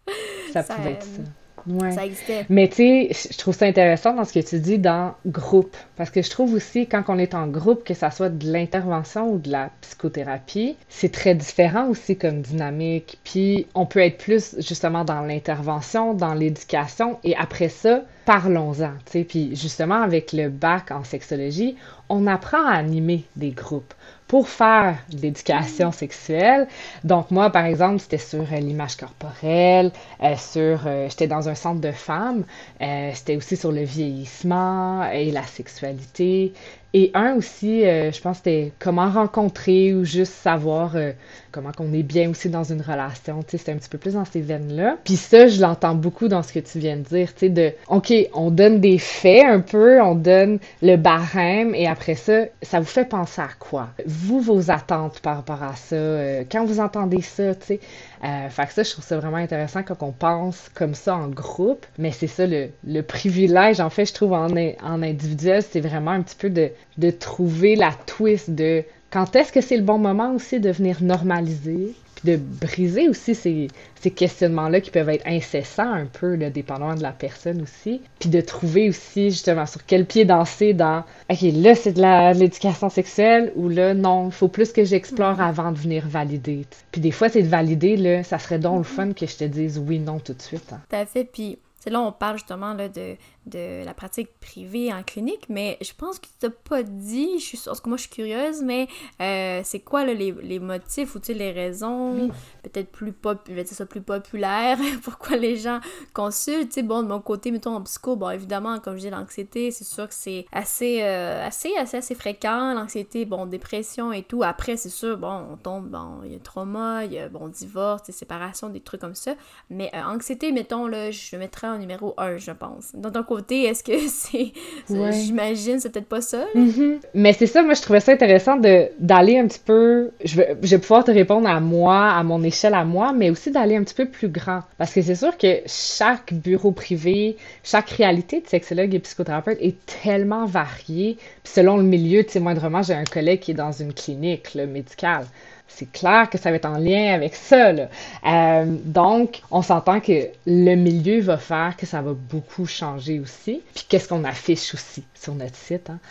ça, ça pouvait être ça. Ouais. Ça existait. Mais tu sais, je trouve ça intéressant dans ce que tu dis dans groupe. Parce que je trouve aussi, quand on est en groupe, que ça soit de l'intervention ou de la psychothérapie, c'est très différent aussi comme dynamique. Puis on peut être plus justement dans l'intervention, dans l'éducation, et après ça, parlons-en. Tu sais, puis justement, avec le bac en sexologie, on apprend à animer des groupes pour faire de l'éducation sexuelle. Donc moi, par exemple, c'était sur euh, l'image corporelle, euh, sur, euh, j'étais dans un centre de femmes, euh, c'était aussi sur le vieillissement et la sexualité. Et un aussi, euh, je pense que c'était comment rencontrer ou juste savoir euh, comment qu'on est bien aussi dans une relation. Tu sais, c'est un petit peu plus dans ces veines-là. Puis ça, je l'entends beaucoup dans ce que tu viens de dire, tu sais, de, OK, on donne des faits un peu, on donne le barème, et après ça, ça vous fait penser à quoi? Vous, vos attentes par rapport à ça, euh, quand vous entendez ça, tu sais. Euh, fait que ça, je trouve ça vraiment intéressant quand on pense comme ça en groupe, mais c'est ça le, le privilège, en fait, je trouve en, en individuel, c'est vraiment un petit peu de, de trouver la twist de quand est-ce que c'est le bon moment aussi de venir normaliser, puis de briser aussi ces, ces questionnements-là qui peuvent être incessants un peu, là, dépendant de la personne aussi, puis de trouver aussi justement sur quel pied danser dans OK, là c'est de la, de l'éducation sexuelle, ou là non, il faut plus que j'explore avant de venir valider. T'sais. Puis des fois c'est de valider, là, ça serait donc le fun que je te dise oui, non tout de suite. Hein. Tout à fait, puis c'est là on parle justement là, de, de la pratique privée en clinique, mais je pense que tu t'as pas dit, je suis, parce que moi je suis curieuse, mais euh, c'est quoi là, les, les motifs ou tu sais, les raisons oui. peut-être plus, pop, ça, plus populaires, pourquoi les gens consultent, tu sais, bon, de mon côté, mettons en psycho, bon, évidemment, comme je dis, l'anxiété, c'est sûr que c'est assez, euh, assez, assez, assez fréquent, l'anxiété, bon, dépression et tout, après, c'est sûr, bon, on tombe, bon, il y a trauma, il y a, bon, divorce, séparation, des trucs comme ça, mais euh, anxiété, mettons, là, je le mettrais en numéro un, je pense. Dans ton côté, est-ce que c'est... c'est ouais. J'imagine, c'est peut-être pas ça. Mm-hmm. Mais c'est ça, moi, je trouvais ça intéressant de, d'aller un petit peu... Je vais, je vais pouvoir te répondre à moi, à mon échelle à moi, mais aussi d'aller un petit peu plus grand. Parce que c'est sûr que chaque bureau privé, chaque réalité de sexologue et psychothérapeute est tellement variée. Puis selon le milieu, tu sais, moindrement, j'ai un collègue qui est dans une clinique là, médicale. C'est clair que ça va être en lien avec ça, là. Euh, donc, on s'entend que le milieu va faire que ça va beaucoup changer aussi. Puis qu'est-ce qu'on affiche aussi sur notre site, hein.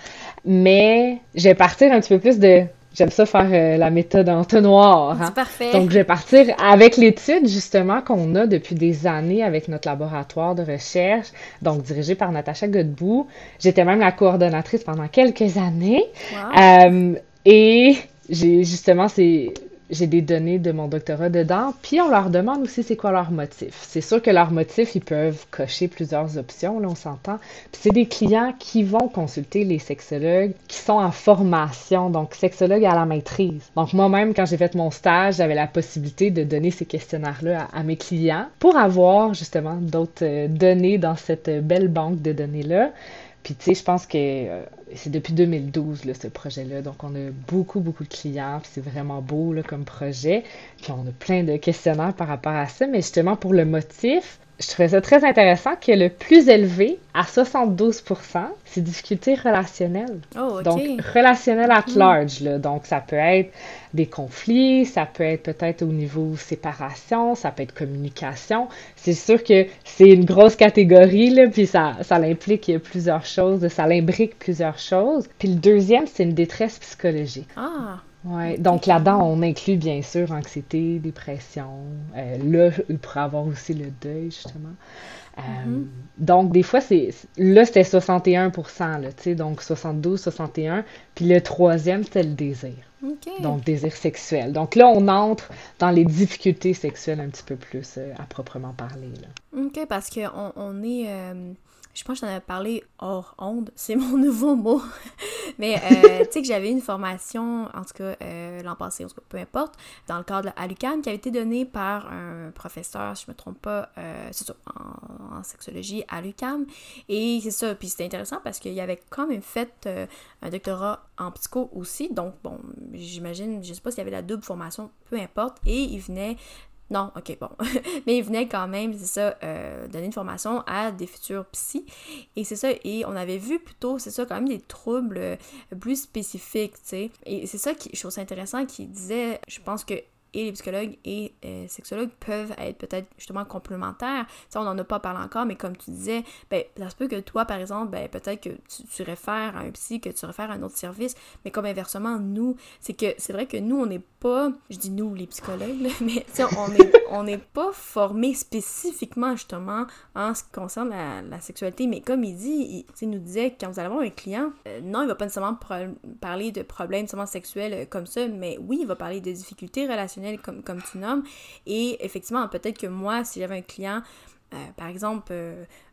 Mais je vais partir un petit peu plus de... J'aime ça faire euh, la méthode entonnoir. Hein? C'est parfait. Donc, je vais partir avec l'étude, justement, qu'on a depuis des années avec notre laboratoire de recherche, donc dirigé par Natacha Godbout. J'étais même la coordonnatrice pendant quelques années. Wow. Euh, et... J'ai justement, c'est, j'ai des données de mon doctorat dedans, puis on leur demande aussi c'est quoi leur motif. C'est sûr que leurs motifs, ils peuvent cocher plusieurs options, là, on s'entend. Puis c'est des clients qui vont consulter les sexologues qui sont en formation, donc sexologues à la maîtrise. Donc moi-même, quand j'ai fait mon stage, j'avais la possibilité de donner ces questionnaires-là à, à mes clients pour avoir justement d'autres euh, données dans cette belle banque de données-là. Puis, tu sais, je pense que euh, c'est depuis deux mille douze, là, ce projet-là. Donc, on a beaucoup, beaucoup de clients. Puis, c'est vraiment beau, là, comme projet. Puis, on a plein de questionnaires par rapport à ça. Mais justement, pour le motif, je trouvais ça très intéressant que le plus élevé, à soixante-douze pour cent, c'est difficultés relationnelles. Oh, OK. Donc, relationnel at large, là. Donc, ça peut être des conflits, ça peut être peut-être au niveau séparation, ça peut être communication. C'est sûr que c'est une grosse catégorie, là, puis ça, ça implique plusieurs choses, ça l'imbrique plusieurs choses. Puis le deuxième, c'est une détresse psychologique. Ah! Ouais, donc là-dedans, on inclut bien sûr anxiété, dépression. Euh, là, il pourrait avoir aussi le deuil, justement. Euh, mm-hmm. Donc, des fois, c'est là, c'était soixante et un pour cent, là, tu sais, donc soixante-douze, soixante et un. Puis le troisième, c'était le désir. Okay. Donc, désir sexuel. Donc là, on entre dans les difficultés sexuelles un petit peu plus euh, à proprement parler, là. OK, parce qu'on on est... Euh... Je pense que j'en avais parlé hors onde, c'est mon nouveau mot. Mais euh, tu sais que j'avais une formation, en tout cas euh, l'an passé, en tout cas peu importe, dans le cadre à l'U Q A M, qui avait été donnée par un professeur, si je me trompe pas, euh, c'est ça, en, en sexologie à l'U Q A M. Et c'est ça, puis c'était intéressant parce qu'il avait quand même fait euh, un doctorat en psycho aussi. Donc bon, j'imagine, je sais pas s'il y avait la double formation, peu importe. Et il venait... Non, ok, bon. Mais il venait quand même, c'est ça, euh, donner une formation à des futurs psys. Et c'est ça, et on avait vu plutôt, c'est ça, quand même des troubles euh, plus spécifiques, tu sais. Et c'est ça qui, je trouve ça intéressant, qu'il disait, je pense que et les psychologues et euh, sexologues peuvent être peut-être justement complémentaires. Ça, on n'en a pas parlé encore, mais comme tu disais, ben, ça se peut que toi, par exemple, ben, peut-être que tu, tu réfères à un psy, que tu réfères à un autre service, mais comme inversement, nous, c'est que c'est vrai que nous, on n'est pas, je dis nous, les psychologues, là, mais on n'est on n'est pas formés spécifiquement, justement, en ce qui concerne la, la sexualité, mais comme il dit, il, il nous disait, quand vous allez avoir un client, euh, non, il va pas nécessairement pro- parler de problèmes nécessairement sexuels euh, comme ça, mais oui, il va parler de difficultés relationnelles Comme, comme tu nommes. Et effectivement, peut-être que moi, si j'avais un client, euh, par exemple, euh,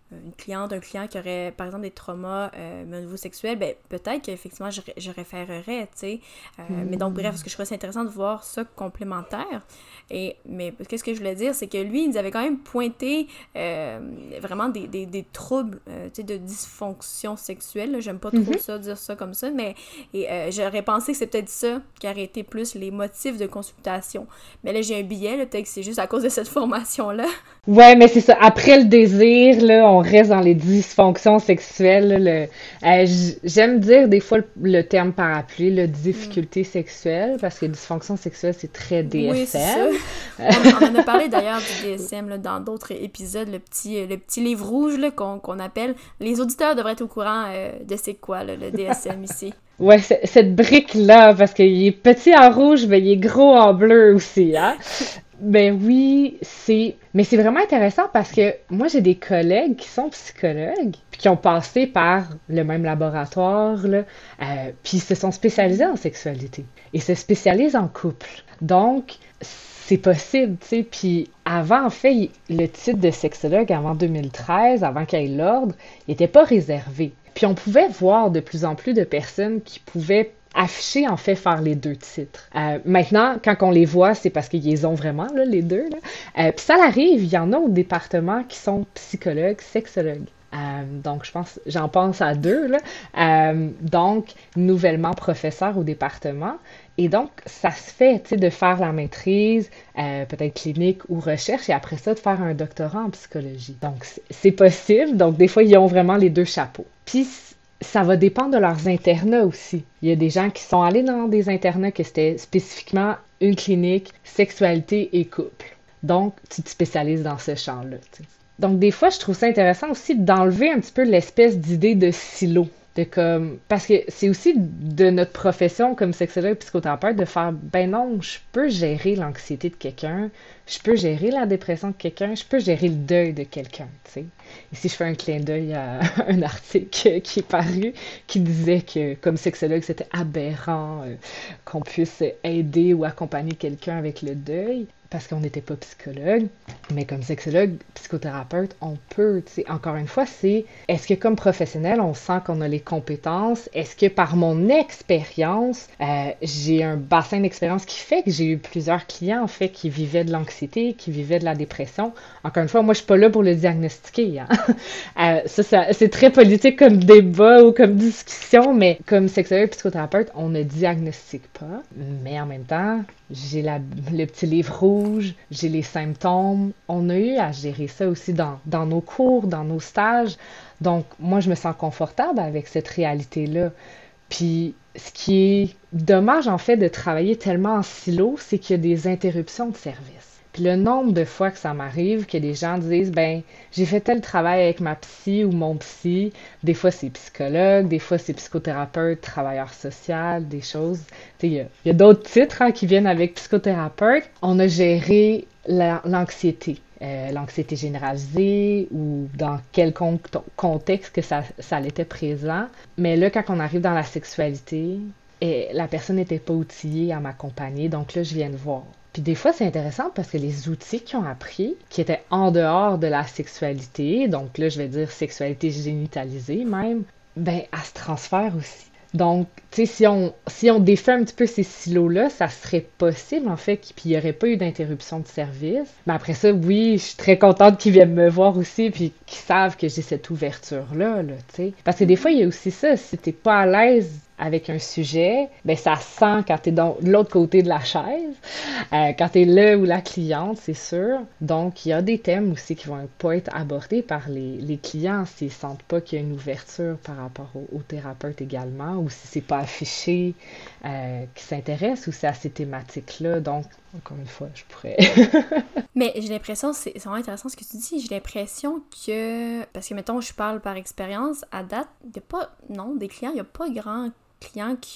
une cliente, un client qui aurait, par exemple, des traumas euh, au niveau sexuel, ben peut-être qu'effectivement, je, je référerais, tu sais. Euh, mm. Mais donc, bref, parce que je trouvais ça intéressant de voir ça complémentaire. Et, mais qu'est-ce que je voulais dire, c'est que lui, il nous avait quand même pointé euh, vraiment des, des, des troubles, euh, tu sais, de dysfonction sexuelle. Là. J'aime pas trop mm-hmm. ça, dire ça comme ça, mais et, euh, j'aurais pensé que c'est peut-être ça qui aurait été plus les motifs de consultation. Mais là, j'ai un billet, là, peut-être que c'est juste à cause de cette formation-là. Ouais, mais c'est ça. Après le désir, là, on reste dans les dysfonctions sexuelles. Là, le, euh, j'aime dire des fois le, le terme parapluie, la difficulté mm. sexuelle, parce que dysfonction sexuelle, c'est très D S M. Oui, c'est ça. on, on en a parlé d'ailleurs du D S M là, dans d'autres épisodes, le petit, le petit livre rouge là, qu'on, qu'on appelle. Les auditeurs devraient être au courant euh, de c'est quoi là, le D S M ici. Ouais, c- cette brique-là, parce qu'il est petit en rouge, mais il est gros en bleu aussi, hein? Ben oui, c'est... Mais c'est vraiment intéressant parce que moi, j'ai des collègues qui sont psychologues, puis qui ont passé par le même laboratoire, là, euh, puis se sont spécialisés en sexualité et se spécialisent en couple. Donc, c'est possible, tu sais. Puis avant, en fait, le titre de sexologue, avant deux mille treize, avant qu'il y ait l'ordre, il n'était pas réservé. Puis on pouvait voir de plus en plus de personnes qui pouvaient afficher, en fait, faire les deux titres. Euh, maintenant, quand on les voit, c'est parce qu'ils les ont vraiment, là, les deux. Là. Euh, puis ça arrive, il y en a au département qui sont psychologues, sexologues. Euh, donc, je pense, j'en pense à deux, là. Euh, donc, nouvellement professeur au département. Et donc, ça se fait, tu sais, de faire la maîtrise, euh, peut-être clinique ou recherche, et après ça, de faire un doctorat en psychologie. Donc, c'est, c'est possible. Donc, des fois, ils ont vraiment les deux chapeaux. Puis, ça va dépendre de leurs internats aussi. Il y a des gens qui sont allés dans des internats que c'était spécifiquement une clinique, sexualité et couple. Donc, tu te spécialises dans ce champ-là, tu sais. Donc, des fois, je trouve ça intéressant aussi d'enlever un petit peu l'espèce d'idée de silo. De comme... Parce que c'est aussi de notre profession comme sexologue et psychothérapeute de faire, ben non, je peux gérer l'anxiété de quelqu'un, je peux gérer la dépression de quelqu'un, je peux gérer le deuil de quelqu'un, tu sais. Ici, je fais un clin d'œil à un article qui est paru qui disait que, comme sexologue, c'était aberrant euh, qu'on puisse aider ou accompagner quelqu'un avec le deuil. Parce qu'on n'était pas psychologue, mais comme sexologue, psychothérapeute, on peut, tu sais, encore une fois, c'est, est-ce que comme professionnel, on sent qu'on a les compétences? Est-ce que par mon expérience, euh, j'ai un bassin d'expérience qui fait que j'ai eu plusieurs clients, en fait, qui vivaient de l'anxiété, qui vivaient de la dépression? Encore une fois, moi, je suis pas là pour le diagnostiquer, hein? euh, ça, ça, c'est très politique comme débat ou comme discussion, mais comme sexologue, psychothérapeute, on ne diagnostique pas, mais en même temps, j'ai la, le petit livre rouge, j'ai les symptômes. On a eu à gérer ça aussi dans, dans nos cours, dans nos stages. Donc, moi, je me sens confortable avec cette réalité-là. Puis, ce qui est dommage, en fait, de travailler tellement en silo, c'est qu'il y a des interruptions de service. Puis le nombre de fois que ça m'arrive que des gens disent, ben, j'ai fait tel travail avec ma psy ou mon psy. Des fois, c'est psychologue, des fois, c'est psychothérapeute, travailleur social, des choses. Tu sais, il y a, y a d'autres titres hein, qui viennent avec psychothérapeute. On a géré la, l'anxiété. Euh, l'anxiété généralisée ou dans quel con- contexte que ça, ça l'était présent. Mais là, quand on arrive dans la sexualité, et la personne n'était pas outillée à m'accompagner, donc là, je viens de voir. Puis des fois, c'est intéressant parce que les outils qu'ils ont appris, qui étaient en dehors de la sexualité, donc là, je vais dire sexualité génitalisée même, ben, elle se transfère aussi. Donc, tu sais, si on, si on défait un petit peu ces silos-là, ça serait possible, en fait, puis il n'y aurait pas eu d'interruption de service. Mais après ça, oui, je suis très contente qu'ils viennent me voir aussi, puis qu'ils savent que j'ai cette ouverture-là, là, tu sais. Parce que des fois, il y a aussi ça, si t'es pas à l'aise avec un sujet, ben ça sent quand t'es de l'autre côté de la chaise, euh, quand t'es le ou la cliente, c'est sûr. Donc, il y a des thèmes aussi qui vont pas être abordés par les, les clients s'ils sentent pas qu'il y a une ouverture par rapport au, au thérapeute également, ou si c'est pas affiché, euh, qui s'intéressent aussi à ces thématiques-là. Donc, encore une fois, je pourrais... Mais j'ai l'impression, c'est, c'est vraiment intéressant ce que tu dis, j'ai l'impression que, parce que mettons, je parle par expérience, à date, il n'y a pas, non, des clients, il n'y a pas grand clients qui ont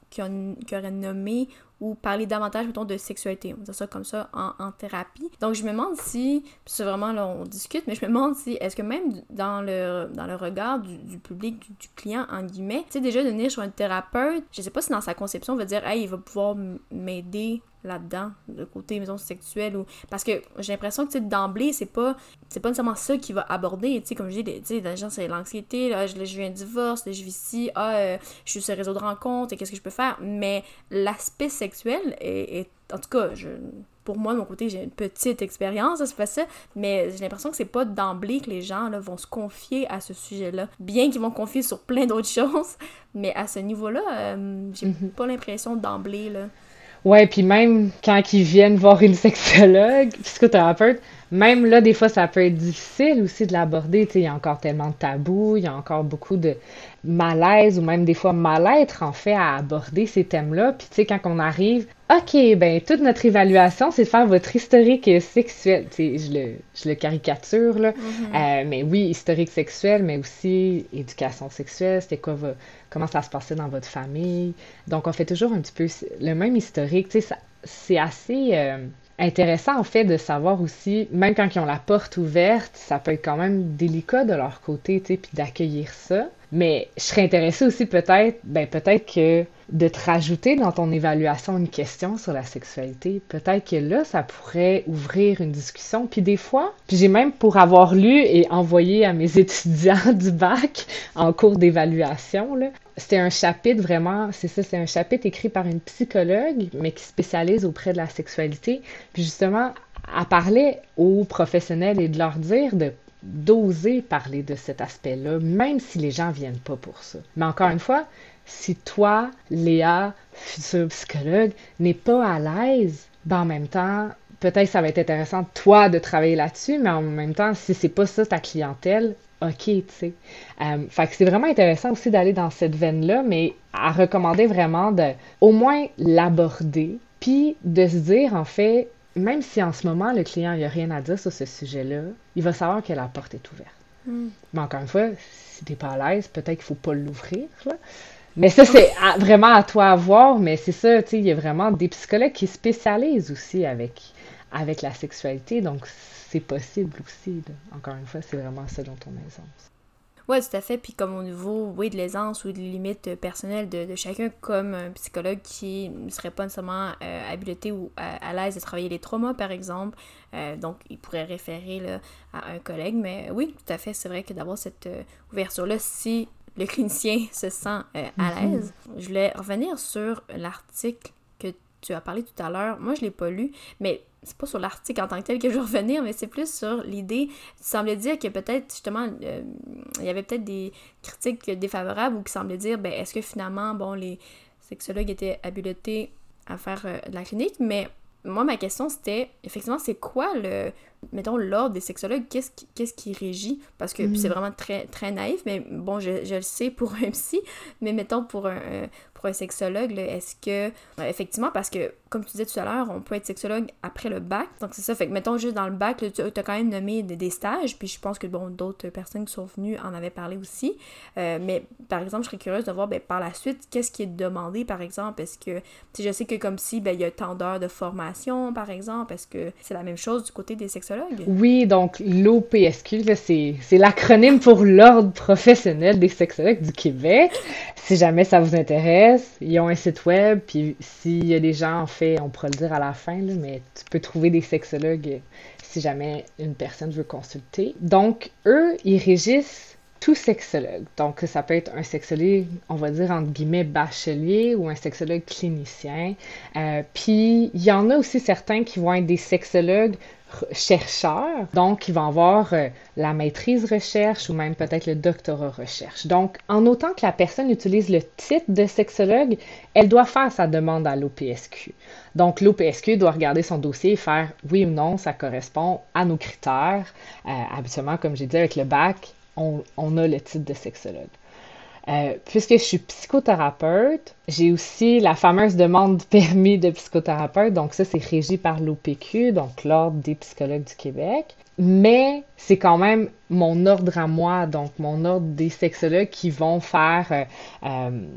qui, ont, qui auraient nommé ou parler davantage, mettons, de sexualité. On va dire ça comme ça en, en thérapie. Donc, je me demande si, c'est vraiment là, on discute, mais je me demande si, est-ce que même dans le, dans le regard du, du public, du, du client, en guillemets, tu sais, déjà de venir sur un thérapeute, je sais pas si dans sa conception, on va dire, hey, il va pouvoir m'aider là-dedans, le côté, mettons, sexuel, ou... Parce que j'ai l'impression que, tu sais, d'emblée, c'est pas, c'est pas nécessairement ça qu'il va aborder, tu sais, comme je dis, tu sais, les gens, c'est l'anxiété, là, je, je vis un divorce, là, je vis ici, ah, euh, je suis sur ce réseau de rencontres, et qu'est-ce que je peux faire? Mais l'aspect sexuel est, est en tout cas, je... pour moi, de mon côté, j'ai une petite expérience, c'est pas ça, mais j'ai l'impression que c'est pas d'emblée que les gens là, vont se confier à ce sujet-là. Bien qu'ils vont confier sur plein d'autres choses, mais à ce niveau-là, euh, j'ai mm-hmm. pas l'impression d'emblée, là. Ouais, puis même quand ils viennent voir une sexologue, psychothérapeute, même là, des fois, ça peut être difficile aussi de l'aborder. Tu sais, il y a encore tellement de tabous, il y a encore beaucoup de malaise ou même des fois mal-être, en fait, à aborder ces thèmes-là. Puis, tu sais, quand on arrive, OK, ben toute notre évaluation, c'est de faire votre historique sexuel. Tu sais, je le, je le caricature, là. Mm-hmm. Euh, mais oui, historique sexuel, mais aussi éducation sexuelle. C'était quoi, va, comment ça se passait dans votre famille. Donc, on fait toujours un petit peu le même historique. Tu sais, ça, c'est assez... Euh, intéressant, en fait, de savoir aussi, même quand ils ont la porte ouverte, ça peut être quand même délicat de leur côté, tu sais, puis d'accueillir ça. Mais je serais intéressée aussi peut-être, ben peut-être que de te rajouter dans ton évaluation une question sur la sexualité. Peut-être que là, ça pourrait ouvrir une discussion. Puis des fois, puis j'ai même pour avoir lu et envoyé à mes étudiants du bac en cours d'évaluation, là, c'était un chapitre vraiment, c'est ça, c'est un chapitre écrit par une psychologue, mais qui spécialise auprès de la sexualité. Puis justement, elle parlait aux professionnels et de leur dire de d'oser parler de cet aspect-là, même si les gens viennent pas pour ça. Mais encore une fois, si toi, Léa, future psychologue, n'es pas à l'aise, ben en même temps, peut-être que ça va être intéressant, toi, de travailler là-dessus, mais en même temps, si c'est pas ça ta clientèle, OK, tu sais. Euh, fait que c'est vraiment intéressant aussi d'aller dans cette veine-là, mais à recommander vraiment de au moins l'aborder, puis de se dire, en fait, même si en ce moment, le client n'a rien à dire sur ce sujet-là, il va savoir que la porte est ouverte. Mm. Mais encore une fois, si t'es pas à l'aise, peut-être qu'il faut pas l'ouvrir, là. Mais ça, c'est à, vraiment à toi à voir, mais c'est ça, tu sais, il y a vraiment des psychologues qui spécialisent aussi avec, avec la sexualité, donc c'est possible aussi, là. Encore une fois, c'est vraiment selon ton aisance. Oui, tout à fait. Puis comme au niveau, oui, de l'aisance ou des limites personnelles de, de chacun, comme un psychologue qui ne serait pas nécessairement euh, habilité ou à, à l'aise de travailler les traumas, par exemple. Euh, donc, il pourrait référer là, à un collègue. Mais oui, tout à fait, c'est vrai que d'avoir cette euh, ouverture-là, si le clinicien se sent euh, à l'aise. Mm-hmm. Je voulais revenir sur l'article que tu as parlé tout à l'heure. Moi, je ne l'ai pas lu, mais c'est pas sur l'article en tant que tel que je veux revenir, mais c'est plus sur l'idée. Tu semblais dire que peut-être, justement, euh, il y avait peut-être des critiques défavorables ou qui semblaient dire, ben, est-ce que finalement, bon, les sexologues étaient habilités à faire euh, de la clinique, mais moi, ma question, c'était, effectivement, c'est quoi le, mettons, l'ordre des sexologues? Qu'est-ce qui, qu'est-ce qui régit? Parce que mm. c'est vraiment très, très naïf, mais bon, je, je le sais pour un psy, mais mettons, pour un, pour un sexologue, là, est-ce que, effectivement, parce que, comme tu disais tout à l'heure, on peut être sexologue après le bac, donc c'est ça, fait que, mettons, juste dans le bac, là, tu as quand même nommé des, des stages, puis je pense que, bon, d'autres personnes qui sont venues en avaient parlé aussi, euh, mais, par exemple, je serais curieuse de voir, ben, par la suite, qu'est-ce qui est demandé, par exemple? Est-ce que, tu sais, je sais que comme si, ben, il y a tant d'heures de formation, par exemple, est-ce que c'est la même chose du côté des sexologues? Oui, donc l'O P S Q, là, c'est, c'est l'acronyme pour l'Ordre professionnel des sexologues du Québec. Si jamais ça vous intéresse, ils ont un site web, puis s'il y a des gens, en fait, on pourra le dire à la fin, là, mais tu peux trouver des sexologues si jamais une personne veut consulter. Donc, eux, ils régissent tout sexologue. Donc, ça peut être un sexologue, on va dire, entre guillemets, bachelier ou un sexologue clinicien. Euh, puis, il y en a aussi certains qui vont être des sexologues chercheurs, donc ils vont avoir euh, la maîtrise recherche ou même peut-être le doctorat recherche. Donc, en autant que la personne utilise le titre de sexologue, elle doit faire sa demande à l'O P S Q. Donc, l'O P S Q doit regarder son dossier et faire oui ou non, ça correspond à nos critères. Euh, habituellement, comme j'ai dit, avec le bac, on, on a le titre de sexologue. Euh, puisque je suis psychothérapeute, j'ai aussi la fameuse demande de permis de psychothérapeute, donc ça c'est régi par l'O P Q, donc l'Ordre des psychologues du Québec, mais c'est quand même mon ordre à moi, donc mon ordre des sexologues qui vont faire euh, euh,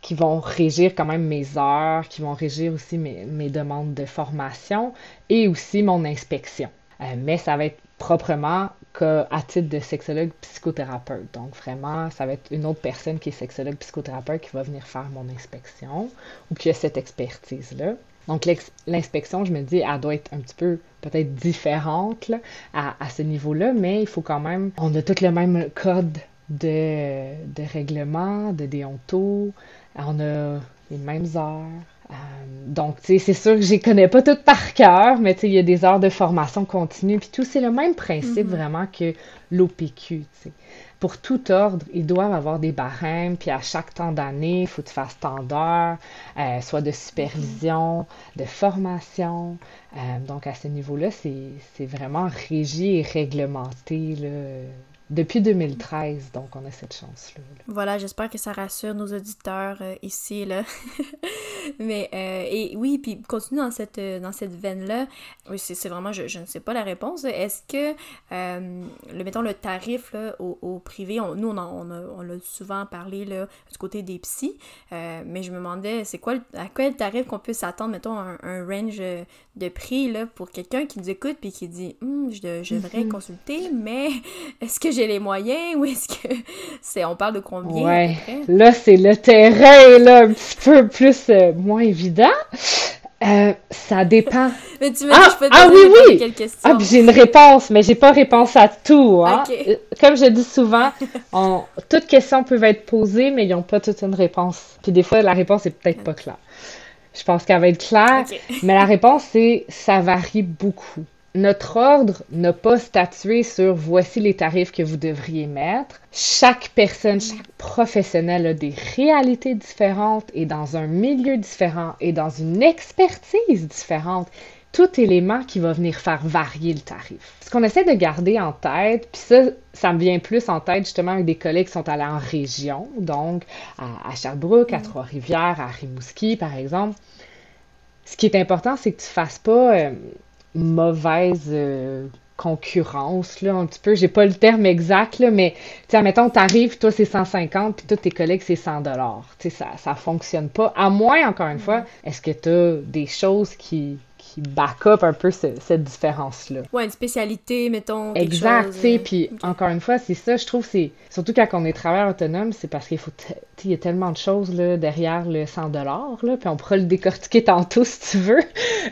qui vont régir quand même mes heures, qui vont régir aussi mes, mes demandes de formation et aussi mon inspection. Euh, mais ça va être proprement qu'à titre de sexologue psychothérapeute. Donc vraiment, ça va être une autre personne qui est sexologue psychothérapeute qui va venir faire mon inspection ou qui a cette expertise-là. Donc l'inspection, je me dis, elle doit être un petit peu peut-être différente là, à, à ce niveau-là, mais il faut quand même, on a tout le même code de, de règlement, de déonto, on a les mêmes heures. Euh, donc, tu sais, c'est sûr que je les connais pas toutes par cœur, mais tu sais, il y a des heures de formation continue, puis tout, c'est le même principe Mhm. vraiment que l'O P Q, tu sais. Pour tout ordre, ils doivent avoir des barèmes, puis à chaque temps d'année, il faut que tu fasses tant d'heures, euh, soit de Mhm. supervision, de formation. Euh, donc, à ce niveau-là, c'est, c'est vraiment régi et réglementé, là, depuis deux mille treize, donc on a cette chance-là. Là. Voilà, j'espère que ça rassure nos auditeurs euh, ici, là. Mais, euh, et oui, puis continue dans cette, euh, dans cette veine-là. Oui, c'est, c'est vraiment, je, je ne sais pas la réponse. Est-ce que, euh, le, mettons, le tarif, là, au, au privé, on, nous, on, en- on, a, on l'a souvent parlé, là, du côté des psys, euh, mais je me demandais, c'est quoi, le- à quel tarif qu'on peut s'attendre, mettons, un, un range euh, de prix, là, pour quelqu'un qui nous écoute puis qui dit, Hum, je, je devrais Mhm. consulter, mais est-ce que j'ai les moyens ou est-ce que c'est, on parle de combien à peu Ouais, près? là, c'est le terrain, là, un petit peu plus, euh, moins évident. Euh, ça dépend. Mais tu me dis, je Ah, peux te ah poser oui, n'importe oui! quelle Ah, question. puis j'ai une réponse, mais j'ai pas réponse à tout, hein. Ok. Euh, Comme je dis souvent, on, toutes questions peuvent être posées, mais ils n'ont pas toute une réponse. Puis des fois, la réponse est peut-être pas claire. Je pense qu'elle va être claire, Ok. mais la réponse, c'est ça varie beaucoup. Notre ordre n'a pas statué sur voici les tarifs que vous devriez mettre. Chaque personne, chaque professionnel a des réalités différentes et dans un milieu différent et dans une expertise différente. Tout élément qui va venir faire varier le tarif. Ce qu'on essaie de garder en tête, puis ça, ça me vient plus en tête justement avec des collègues qui sont allés en région, donc à, à Sherbrooke, à Mm. Trois-Rivières, à Rimouski par exemple. Ce qui est important, c'est que tu fasses pas euh, mauvaise euh, concurrence, là, un petit peu. J'ai pas le terme exact, là, mais, tu sais, mettons, t'arrives, toi, c'est cent cinquante, puis tous tes collègues, c'est cent dollars. Tu sais, ça, ça fonctionne pas. À moins, encore une fois, Mhm. est-ce que t'as des choses qui, qui back up un peu ce- cette différence-là? Ouais, une spécialité, mettons, quelque Exact, chose. tu sais, euh, puis Ok. encore une fois, c'est ça, je trouve, c'est surtout quand on est travailleur autonome, c'est parce qu'il faut, te- tu sais, il y a tellement de choses là, derrière le cent dollars là, puis on pourra le décortiquer tantôt si tu veux.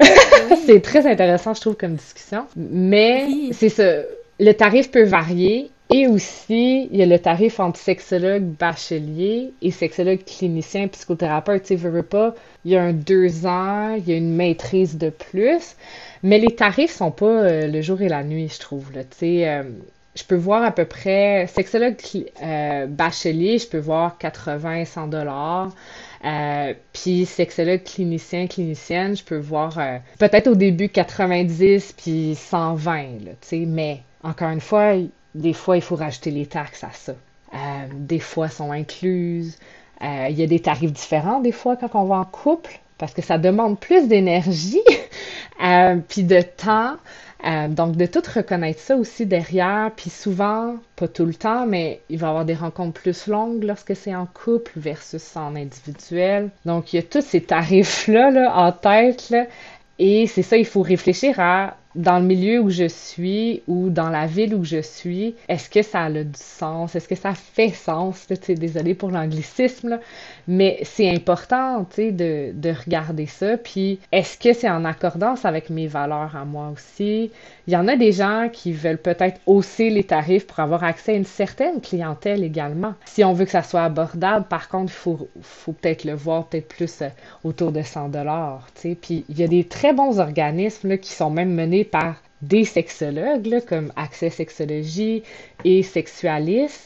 Oui. C'est très intéressant, je trouve, comme discussion. Mais Oui. c'est ça, le tarif peut varier et aussi, il y a le tarif entre sexologue bachelier et sexologue clinicien psychothérapeute. Tu sais, veux, veux pas, il y a un deux ans, il y a une maîtrise de plus, mais les tarifs sont pas euh, le jour et la nuit, je trouve, là. Tu sais, euh, je peux voir à peu près, sexologue cli- euh, bachelier, je peux voir quatre-vingts, cent dollars. Euh, puis sexologue clinicien, clinicienne, je peux voir euh, peut-être au début quatre-vingt-dix puis cent vingt, là, tu sais, mais encore une fois, des fois, il faut rajouter les taxes à ça. Euh, des fois, sont incluses. Euh, il y a des tarifs différents des fois quand on va en couple, parce que ça demande plus d'énergie, euh, puis de temps. Euh, donc, de tout reconnaître ça aussi derrière, puis souvent, pas tout le temps, mais il va y avoir des rencontres plus longues lorsque c'est en couple versus en individuel. Donc, il y a tous ces tarifs-là là, en tête, là, et c'est ça, il faut réfléchir à, dans le milieu où je suis ou dans la ville où je suis, est-ce que ça a du sens? Est-ce que ça fait sens? Là, tu sais, désolée pour l'anglicisme, là, mais c'est important, tu sais, de, de regarder ça. Puis, est-ce que c'est en accordance avec mes valeurs à moi aussi? Il y en a des gens qui veulent peut-être hausser les tarifs pour avoir accès à une certaine clientèle également. Si on veut que ça soit abordable, par contre, il faut, faut peut-être le voir peut-être plus euh, autour de cent dollars, tu sais. Puis, il y a des très bons organismes là, qui sont même menés par des sexologues, là, comme Accès Sexologie et Sexualis,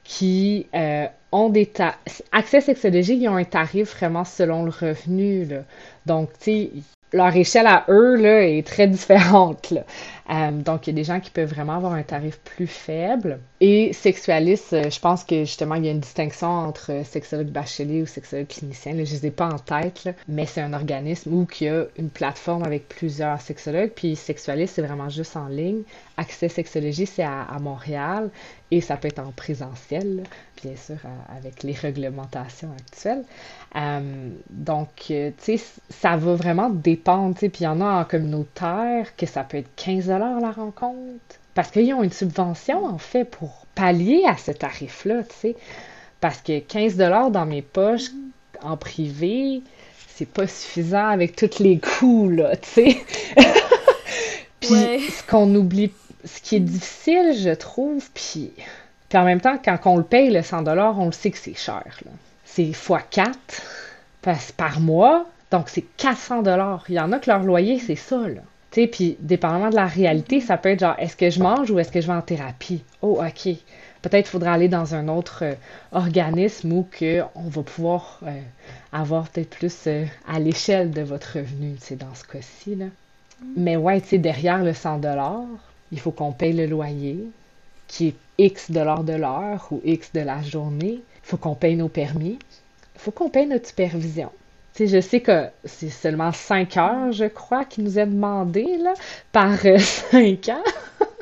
qui euh, ont des ta- Accès Sexologie, ils ont un tarif vraiment selon le revenu, là. Donc, tu sais, leur échelle à eux, là, est très différente, là. Euh, donc, il y a des gens qui peuvent vraiment avoir un tarif plus faible. Et sexualiste, euh, je pense que justement, il y a une distinction entre euh, sexologue bachelier ou sexologue clinicien. Là, je ne les ai pas en tête, là, mais c'est un organisme où il y a une plateforme avec plusieurs sexologues. Puis sexualiste, c'est vraiment juste en ligne. Accès Sexologie, c'est à, à Montréal et ça peut être en présentiel, là, bien sûr, à- avec les réglementations actuelles. Euh, donc, euh, tu sais, ça va vraiment dépendre, tu sais. Puis il y en a en communautaire que ça peut être quinze dollars la rencontre. Parce qu'ils ont une subvention, en fait, pour pallier à ce tarif-là, tu sais. Parce que quinze dollars dans mes poches, en privé, c'est pas suffisant avec tous les coûts, là, tu sais. Puis Ouais. ce qu'on oublie, ce qui est difficile, je trouve, puis, puis en même temps, quand on le paye, le cent dollars, on le sait que c'est cher, là. C'est fois quatre par mois, donc c'est quatre cents dollars. Il y en a que leur loyer, c'est ça, là. Tu sais, puis dépendamment de la réalité, ça peut être genre, est-ce que je mange ou est-ce que je vais en thérapie? Oh, OK. Peut-être qu'il faudra aller dans un autre euh, organisme où que on va pouvoir euh, avoir peut-être plus euh, à l'échelle de votre revenu, tu sais, dans ce cas-ci, là. Mais ouais, tu sais, derrière le cent dollars, il faut qu'on paye le loyer, qui est X dollars de l'heure ou X de la journée. Il faut qu'on paye nos permis. Il faut qu'on paye notre supervision. Tu sais, je sais que c'est seulement cinq heures, je crois, qui nous est demandé, là, par euh, cinq ans.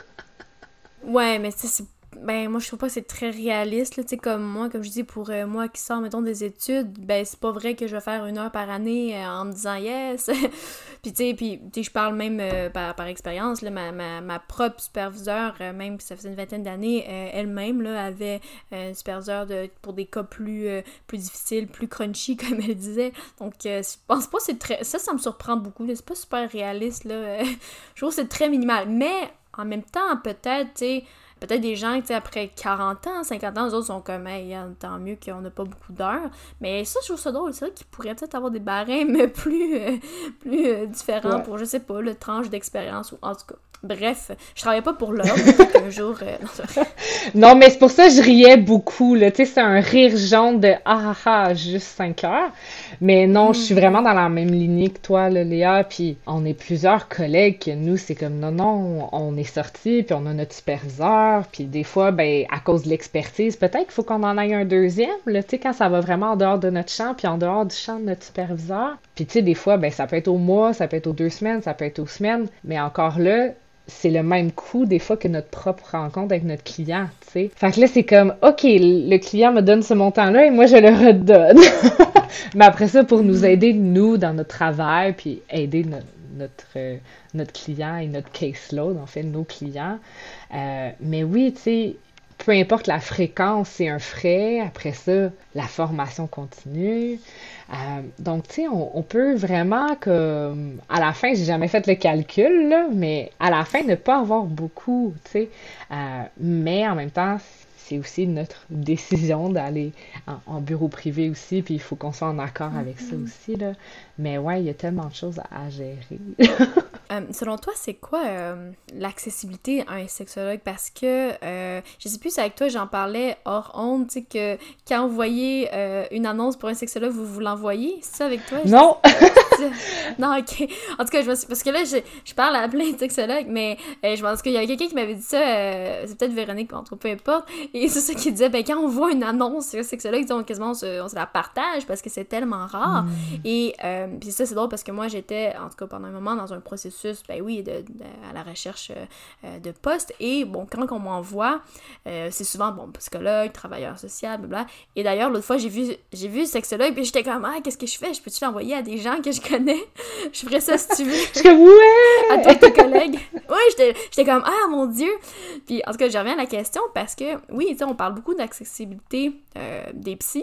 Ouais, mais ça, c'est. Ben, moi, je trouve pas que c'est très réaliste, là. Tu sais, comme moi, comme je dis, pour euh, moi qui sors, mettons, des études, ben, c'est pas vrai que je vais faire une heure par année euh, en me disant yes. Puis, tu sais, puis, tu sais, je parle même euh, par, par expérience, là, ma, ma, ma propre superviseure, euh, même si ça faisait une vingtaine d'années, euh, elle-même, là, avait euh, une superviseure de, pour des cas plus, euh, plus difficiles, plus crunchy, comme elle disait. Donc, euh, je pense pas que c'est très. Ça, ça me surprend beaucoup, là. C'est pas super réaliste, là. Je trouve que c'est très minimal. Mais, en même temps, peut-être, tu sais, peut-être des gens, tu sais, après quarante ans, cinquante ans, eux autres sont comme, hey, hein, tant mieux qu'on n'a pas beaucoup d'heures. Mais ça, je trouve ça drôle. C'est vrai qu'ils pourraient peut-être avoir des barèmes plus, euh, plus euh, différents Ouais. pour, je sais pas, le tranche d'expérience ou en tout cas. Bref, je travaillais pas pour l'heure, mais peut-être qu'un jour. euh, non, c'est vrai. Non, mais c'est pour ça que je riais beaucoup, là. Tu sais, c'est un rire jaune de ah ah ah, juste cinq heures. Mais non, je suis vraiment dans la même lignée que toi, là, Léa. Puis on est plusieurs collègues que nous, c'est comme non, non, on est sortis, puis on a notre superviseur. Puis des fois, ben, à cause de l'expertise, peut-être qu'il faut qu'on en aille un deuxième, là, tu sais, quand ça va vraiment en dehors de notre champ, puis en dehors du champ de notre superviseur. Puis tu sais, des fois, ben, ça peut être au mois, ça peut être aux deux semaines, ça peut être aux semaines. Mais encore là, c'est le même coût des fois que notre propre rencontre avec notre client, tu sais. Fait que là, c'est comme, OK, le client me donne ce montant-là et moi, je le redonne. Mais après ça, pour nous aider, nous, dans notre travail, puis aider no- notre, euh, notre client et notre caseload, en fait, nos clients. Euh, mais oui, tu sais, peu importe la fréquence, c'est un frais. Après ça, la formation continue. Euh, donc, tu sais, on, on peut vraiment, comme, à la fin, j'ai jamais fait le calcul, là, mais à la fin, ne pas avoir beaucoup, tu sais. Euh, mais en même temps, c'est aussi notre décision d'aller en, en bureau privé aussi, puis il faut qu'on soit en accord avec ça aussi, là. Mais ouais, il y a tellement de choses à, à gérer. Euh, selon toi, c'est quoi euh, l'accessibilité à un sexologue? Parce que, euh, je sais plus si avec toi j'en parlais hors honte, tu sais, que quand vous voyez euh, une annonce pour un sexologue, vous vous l'envoyez? C'est ça avec toi? Je Non! sais- Non, ok. En tout cas, je me suis- parce que là, je, je parle à plein de sexologues, mais euh, je pense qu'il y avait quelqu'un qui m'avait dit ça, euh, c'est peut-être Véronique, en tout cas, peu importe, et c'est ça qui disait, ben quand on voit une annonce sur un sexologue, on, quasiment on se, on se la partage parce que c'est tellement rare. Et euh, puis ça, c'est drôle parce que moi, j'étais, en tout cas, pendant un moment, dans un processus, ben oui, de, de- à la recherche euh, de postes. Et bon, quand on m'envoie, euh, c'est souvent, bon, psychologue, travailleur social, blablabla. Et d'ailleurs, l'autre fois, j'ai vu, j'ai vu sexologue, puis j'étais comme, ah, qu'est-ce que je fais? Je peux-tu l'envoyer à des gens que je connais? Je ferais ça si tu veux. Je suis comme, ouais! À toi et tes collègues. Oui, j'étais, j'étais comme, ah, mon Dieu! Puis, en tout cas, je reviens à la question parce que, oui, tu sais, on parle beaucoup d'accessibilité euh, des psys,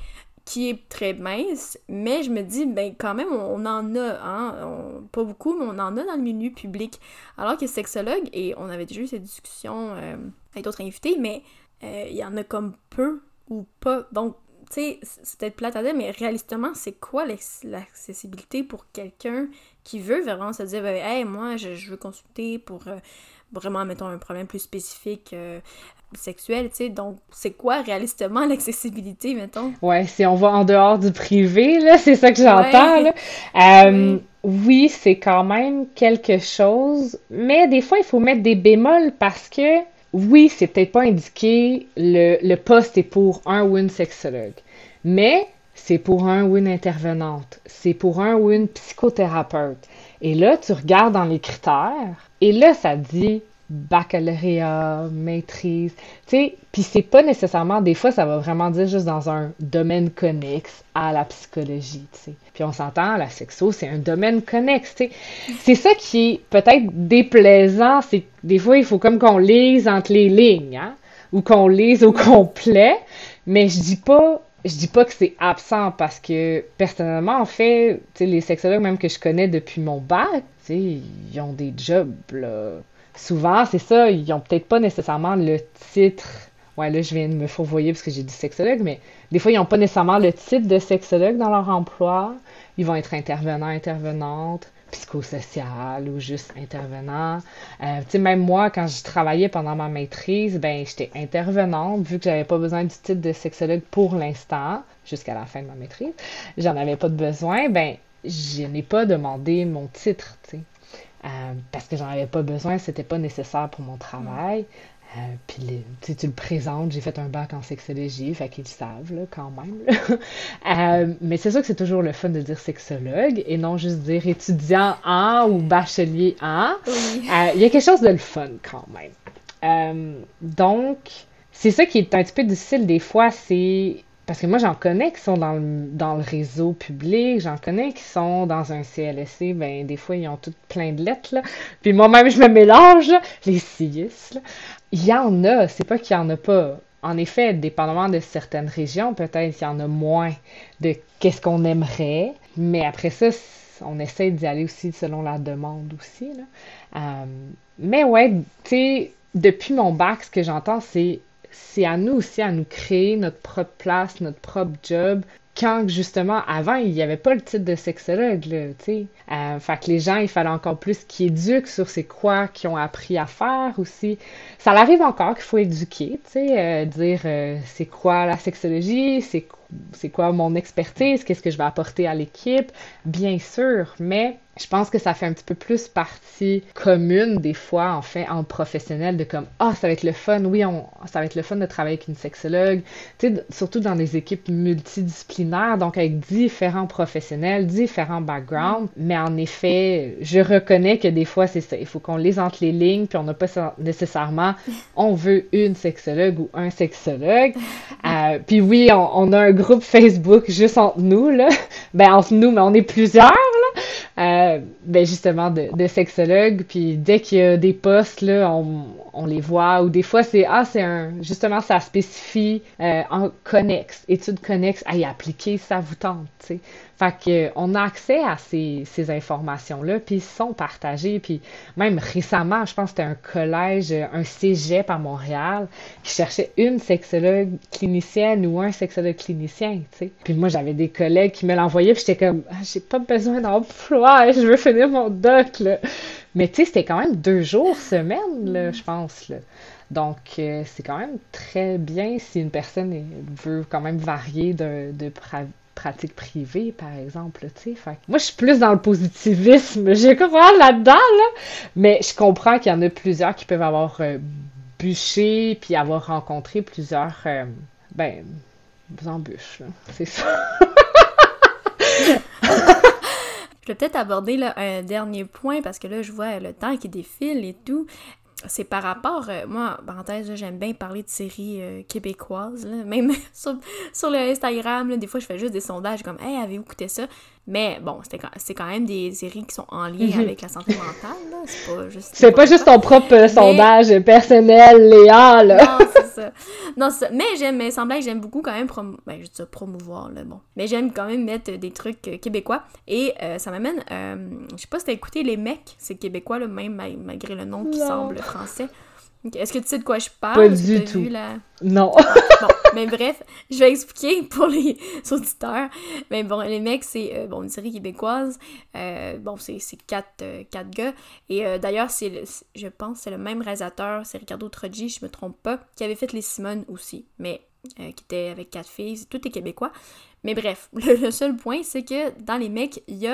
qui est très mince, mais je me dis, ben quand même, on, on en a, hein, on- pas beaucoup, mais on en a dans le milieu public. Alors que sexologue, et on avait déjà eu cette discussion euh, avec d'autres invités, mais euh, il y en a comme peu ou pas. Donc, tu sais, c'est c'est peut-être plate à dire, mais réalistement, c'est quoi l'ac- l'accessibilité pour quelqu'un qui veut vraiment se dire, ben, hey, moi, je, je veux consulter pour euh, vraiment, mettons, un problème plus spécifique euh, sexuel, tu sais. Donc, c'est quoi réalistement l'accessibilité, mettons? Ouais, si on va en dehors du privé, là, c'est ça que j'entends, Ouais. là. Euh, Oui. oui, c'est quand même quelque chose, mais des fois, il faut mettre des bémols parce que, oui, c'est peut-être pas indiqué, le, le poste est pour un ou une sexologue, mais c'est pour un ou une intervenante, c'est pour un ou une psychothérapeute. Et là, tu regardes dans les critères, et là, ça dit baccalauréat, maîtrise, tu sais, puis c'est pas nécessairement, des fois, ça va vraiment dire juste dans un domaine connexe à la psychologie, tu sais. Puis on s'entend, la sexo, c'est un domaine connexe, tu sais. C'est ça qui est peut-être déplaisant, c'est que des fois, il faut comme qu'on lise entre les lignes, hein, ou qu'on lise au complet, mais je dis pas, je dis pas que c'est absent parce que personnellement, en fait, tu sais, les sexologues même que je connais depuis mon bac, tu sais, ils ont des jobs, là. Souvent, c'est ça, ils ont peut-être pas nécessairement le titre. Ouais, là, je viens de me fourvoyer parce que j'ai dit sexologue, mais des fois, ils n'ont pas nécessairement le titre de sexologue dans leur emploi. Ils vont être intervenants, intervenantes, psychosocial ou juste intervenant. Euh, tu sais, même moi, quand je travaillais pendant ma maîtrise, ben, j'étais intervenante, vu que j'avais pas besoin du titre de sexologue pour l'instant, jusqu'à la fin de ma maîtrise. J'en avais pas de besoin, ben, je n'ai pas demandé mon titre, tu sais. Euh, parce que j'en avais pas besoin, c'était pas nécessaire pour mon travail. Euh, puis les- tu sais, tu le présentes, j'ai fait un bac en sexologie, fait qu'ils le savent là, quand même. Là. Euh, mais c'est sûr que c'est toujours le fun de dire sexologue et non juste dire étudiant en ou bachelier en. Oui. Euh, Il y a quelque chose de le fun quand même. Euh, donc, c'est ça qui est un petit peu difficile des fois, c'est parce que moi j'en connais qui sont dans le, dans le réseau public, j'en connais qui sont dans un C L S C, ben des fois ils ont toutes plein de lettres là. Puis moi-même je me mélange, là, les C I S, là. Il y en a, c'est pas qu'il y en a pas. En effet, dépendamment de certaines régions, peut-être il y en a moins de qu'est-ce qu'on aimerait, mais après ça, c- on essaie d'y aller aussi selon la demande aussi, là. Euh, mais ouais, tu sais, depuis mon bac, ce que j'entends, c'est c'est à nous aussi à nous créer notre propre place, notre propre job. Quand justement, avant, il n'y avait pas le titre de sexologue, là, tu sais. Euh, fait que les gens, il fallait encore plus qu'ils éduquent sur c'est quoi qu'ils ont appris à faire aussi. Ça arrive encore qu'il faut éduquer, tu sais, euh, dire euh, c'est quoi la sexologie, c'est c'est quoi mon expertise, qu'est-ce que je vais apporter à l'équipe, bien sûr, mais je pense que ça fait un petit peu plus partie commune des fois, en fait, en professionnel, de comme, ah, ça va être le fun, oui, on, ça va être le fun de travailler avec une sexologue, tu sais, surtout dans des équipes multidisciplinaires, donc avec différents professionnels, différents backgrounds, mais en effet, je reconnais que des fois, c'est ça, il faut qu'on lise entre les lignes, puis on n'a pas nécessairement, on veut une sexologue ou un sexologue, euh, puis oui, on, on a un groupe Facebook juste entre nous, là, ben entre nous, mais on est plusieurs, euh, ben justement de, de sexologues, puis dès qu'il y a des postes là, on, on les voit, ou des fois c'est ah c'est un justement ça spécifie euh, en connexe, études connexes à y appliquer, ça vous tente, tu sais. Fait que on a accès à ces, ces informations-là, puis ils sont partagées, puis même récemment, je pense que c'était un collège, un cégep à Montréal, qui cherchait une sexologue clinicienne ou un sexologue clinicien, tu sais. Puis moi, j'avais des collègues qui me l'envoyaient, puis j'étais comme, ah, j'ai pas besoin d'emploi, je veux finir mon doc, là. Mais tu sais, c'était quand même deux jours semaine, là, je pense, là. Donc, euh, c'est quand même très bien si une personne est- veut quand même varier de, de pra- pratiques privées, par exemple, tu sais. Fait que moi, je suis plus dans le positivisme. J'ai comprends là-dedans, là. Mais je comprends qu'il y en a plusieurs qui peuvent avoir euh, bûché puis avoir rencontré plusieurs, euh, ben, embûches, là. C'est ça. Je vais peut-être aborder là, un dernier point parce que là, je vois le temps qui défile et tout. C'est par rapport, euh, moi, en parenthèse, là, j'aime bien parler de séries euh, québécoises, là. Même sur, sur le Instagram, là, des fois, je fais juste des sondages comme « Hey, avez-vous écouté ça? » Mais bon, c'était quand- c'est quand même des séries qui sont en lien Mhm. avec la santé mentale, là. C'est pas juste C'est pas n'importe juste quoi. ton propre euh, Mais sondage personnel, Léa, là. non, c'est ça. Non, c'est ça. Mais j'aime, mais semblait que j'aime beaucoup quand même prom... ben, je dis ça, promouvoir, là, bon. Mais j'aime quand même mettre des trucs euh, québécois. Et euh, ça m'amène, euh, je sais pas si t'as écouté Les Mecs, c'est québécois, là, même ma- malgré le nom qui Non, semble français. Ok, est-ce que tu sais de quoi je pas parle? Est-ce que du t'as vu tout. la... Non. Ah, bon, mais bref, je vais expliquer pour les auditeurs. Mais bon, Les Mecs, c'est euh, bon, une série québécoise. Euh, bon, c'est c'est quatre, euh, quatre gars. Et euh, d'ailleurs, c'est le- c'est- je pense que c'est le même réalisateur, c'est Ricardo Troggi, je me trompe pas, qui avait fait Les Simones aussi, mais euh, qui était avec quatre filles. Tout est québécois. Mais bref, le, le seul point, c'est que dans Les Mecs, il y a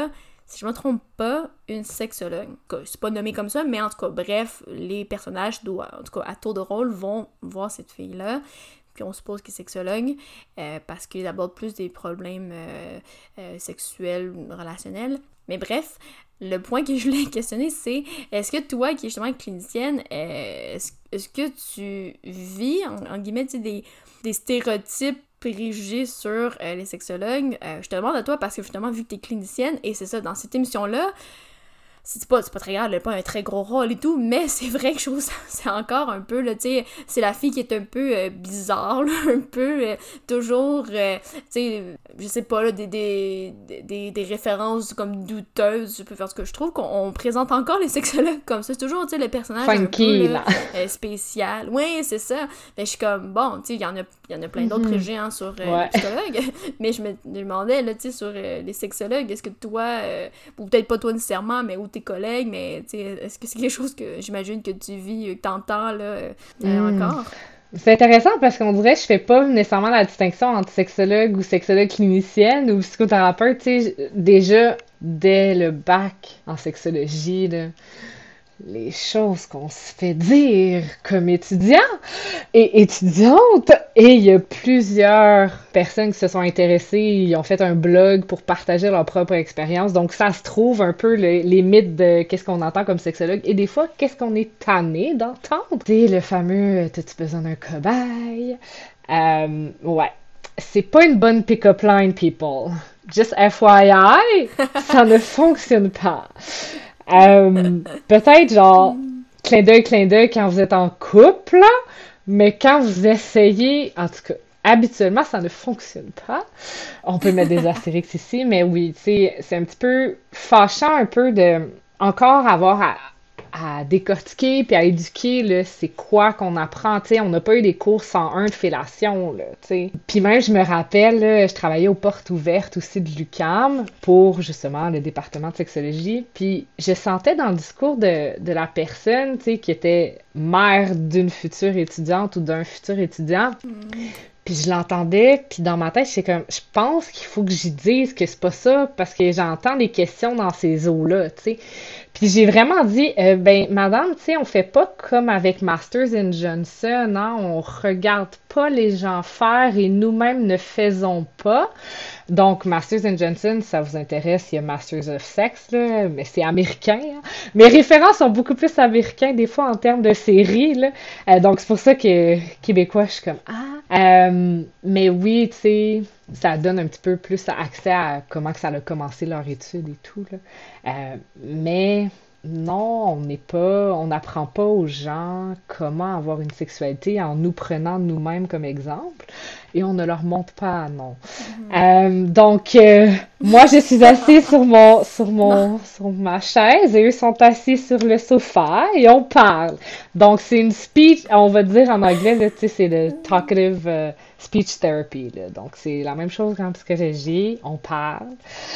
si je me trompe pas, une sexologue. C'est pas nommé comme ça, mais en tout cas, bref, les personnages, doivent, en tout cas, à tour de rôle, vont voir cette fille-là. Puis on suppose qu'il est sexologue, euh, parce qu'il aborde plus des problèmes euh, euh, sexuels, relationnels. Mais bref, le point que je voulais questionner, c'est est-ce que toi, qui es justement clinicienne, euh, est-ce, est-ce que tu vis, en, en guillemets, des, des stéréotypes préjugés sur euh, les sexologues? Euh, je te demande à toi parce que justement, vu que t'es clinicienne, et c'est ça, dans cette émission-là, c'est pas, c'est pas très grave, elle a pas un très gros rôle et tout, mais c'est vrai que je trouve ça, c'est encore un peu, là, tu sais, c'est la fille qui est un peu euh, bizarre, là, un peu, euh, toujours, euh, tu sais, je sais pas, là, des, des, des, des références comme douteuses, je peux faire ce que je trouve, qu'on on présente encore les sexologues comme ça, c'est toujours, tu sais, le personnage funky, un peu, là, euh, spécial, oui, c'est ça, mais je suis comme, bon, tu sais, il y en a, y en a plein d'autres mm-hmm. préjugés, hein, sur euh, ouais. les psychologues, mais je me demandais, là, tu sais, sur euh, les sexologues, est-ce que toi, euh, ou peut-être pas toi nécessairement, mais où tes collègues, mais est-ce que c'est quelque chose que j'imagine que tu vis, que t'entends là, euh, mm. encore? C'est intéressant parce qu'on dirait que je fais pas nécessairement la distinction entre sexologue ou sexologue clinicienne ou psychothérapeute, tu sais, déjà dès le bac en sexologie, là, les choses qu'on se fait dire comme étudiant et étudiante. Et il y a plusieurs personnes qui se sont intéressées, ils ont fait un blog pour partager leur propre expérience. Donc, ça se trouve un peu le, les mythes de qu'est-ce qu'on entend comme sexologue et des fois, qu'est-ce qu'on est tanné d'entendre. C'est le fameux « t'as-tu besoin d'un cobaye? » Euh, ouais. C'est pas une bonne pick-up line, people. Just F Y I, ça ne fonctionne pas. Euh, peut-être genre clin d'œil, clin d'œil quand vous êtes en couple, mais quand vous essayez, en tout cas, habituellement, ça ne fonctionne pas. On peut mettre des astérix ici, mais oui, tu sais, c'est un petit peu fâchant un peu de encore avoir à, à décortiquer puis à éduquer, là, c'est quoi qu'on apprend, tu sais, on n'a pas eu des cours cent un de fellation, là, tu sais. Puis même, je me rappelle, là, je travaillais aux portes ouvertes aussi de l'U Q A M pour, justement, le département de sexologie, puis je sentais dans le discours de, de la personne, tu sais, qui était mère d'une future étudiante ou d'un futur étudiant, mm. Puis je l'entendais, puis dans ma tête, j'étais comme, je pense qu'il faut que j'y dise que c'est pas ça, parce que j'entends des questions dans ces eaux-là, tu sais. Puis j'ai vraiment dit, euh, ben, madame, tu sais, on fait pas comme avec Masters and Johnson, hein, on regarde pas les gens faire et nous-mêmes ne faisons pas. Donc, Masters and Johnson, ça vous intéresse, il y a Masters of Sex, là, mais c'est américain. Hein. Mes références sont beaucoup plus américains, des fois, en termes de séries, là. Euh, donc, c'est pour ça que, québécois, je suis comme, ah. Euh, mais oui, tu sais, ça donne un petit peu plus accès à comment que ça a commencé leur étude et tout, là. Euh, mais non, on n'est pas, on n'apprend pas aux gens comment avoir une sexualité en nous prenant nous-mêmes comme exemple et on ne leur montre pas, non. Mm-hmm. Euh, donc, euh, moi, je suis assise sur mon, sur mon, sur ma chaise et eux sont assis sur le sofa et on parle. Donc, c'est une speech, on va dire en anglais, là, tu sais, c'est le talkative euh, speech therapy, là. Donc, c'est la même chose qu'en psychologie, on parle.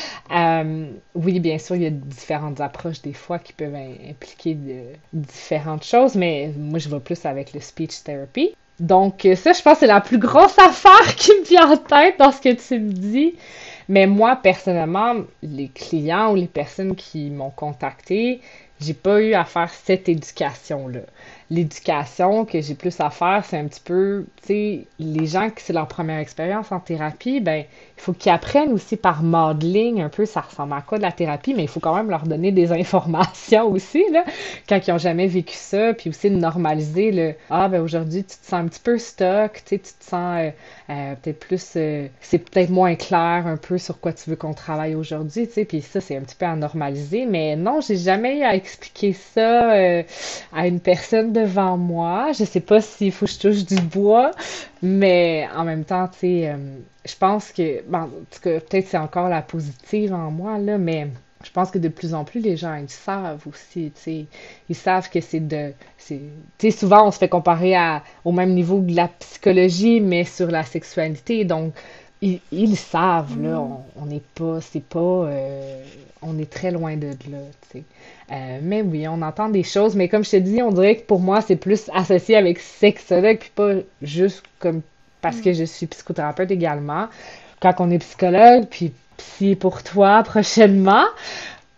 Euh, oui, bien sûr, il y a différentes approches des fois qui peuvent impliquer de, différentes choses, mais moi, je vais plus avec le speech therapy. Donc, ça, je pense que c'est la plus grosse affaire qui me vient en tête dans ce que tu me dis. Mais moi, personnellement, les clients ou les personnes qui m'ont contacté, j'ai pas eu à faire cette éducation-là. L'éducation que j'ai plus à faire, c'est un petit peu, tu sais, les gens qui c'est leur première expérience en thérapie, ben, il faut qu'ils apprennent aussi par modeling un peu, ça ressemble à quoi de la thérapie, mais il faut quand même leur donner des informations aussi, là, quand ils ont jamais vécu ça, puis aussi de normaliser le, ah, ben, aujourd'hui, tu te sens un petit peu stuck, tu sais, tu te sens euh, euh, peut-être plus, euh, c'est peut-être moins clair un peu sur quoi tu veux qu'on travaille aujourd'hui, tu sais, puis ça, c'est un petit peu à normaliser, mais non, j'ai jamais eu à expliquer ça euh, à une personne devant moi. Je sais pas s'il faut que je touche du bois, mais en même temps, tu sais, euh, je pense que, bon, en tout cas, peut-être c'est encore la positive en moi, là, mais je pense que de plus en plus, les gens, ils savent aussi, tu sais, ils savent que c'est de, c'est, tu sais, souvent, on se fait comparer à, au même niveau de la psychologie, mais sur la sexualité, donc, ils, ils savent, là, on n'est pas, c'est pas, euh, on est très loin de là, tu sais. Euh, mais oui, on entend des choses, mais comme je te dis, on dirait que pour moi, c'est plus associé avec sexologue, puis pas juste comme parce que je suis psychothérapeute également. Quand on est psychologue, puis psy pour toi prochainement,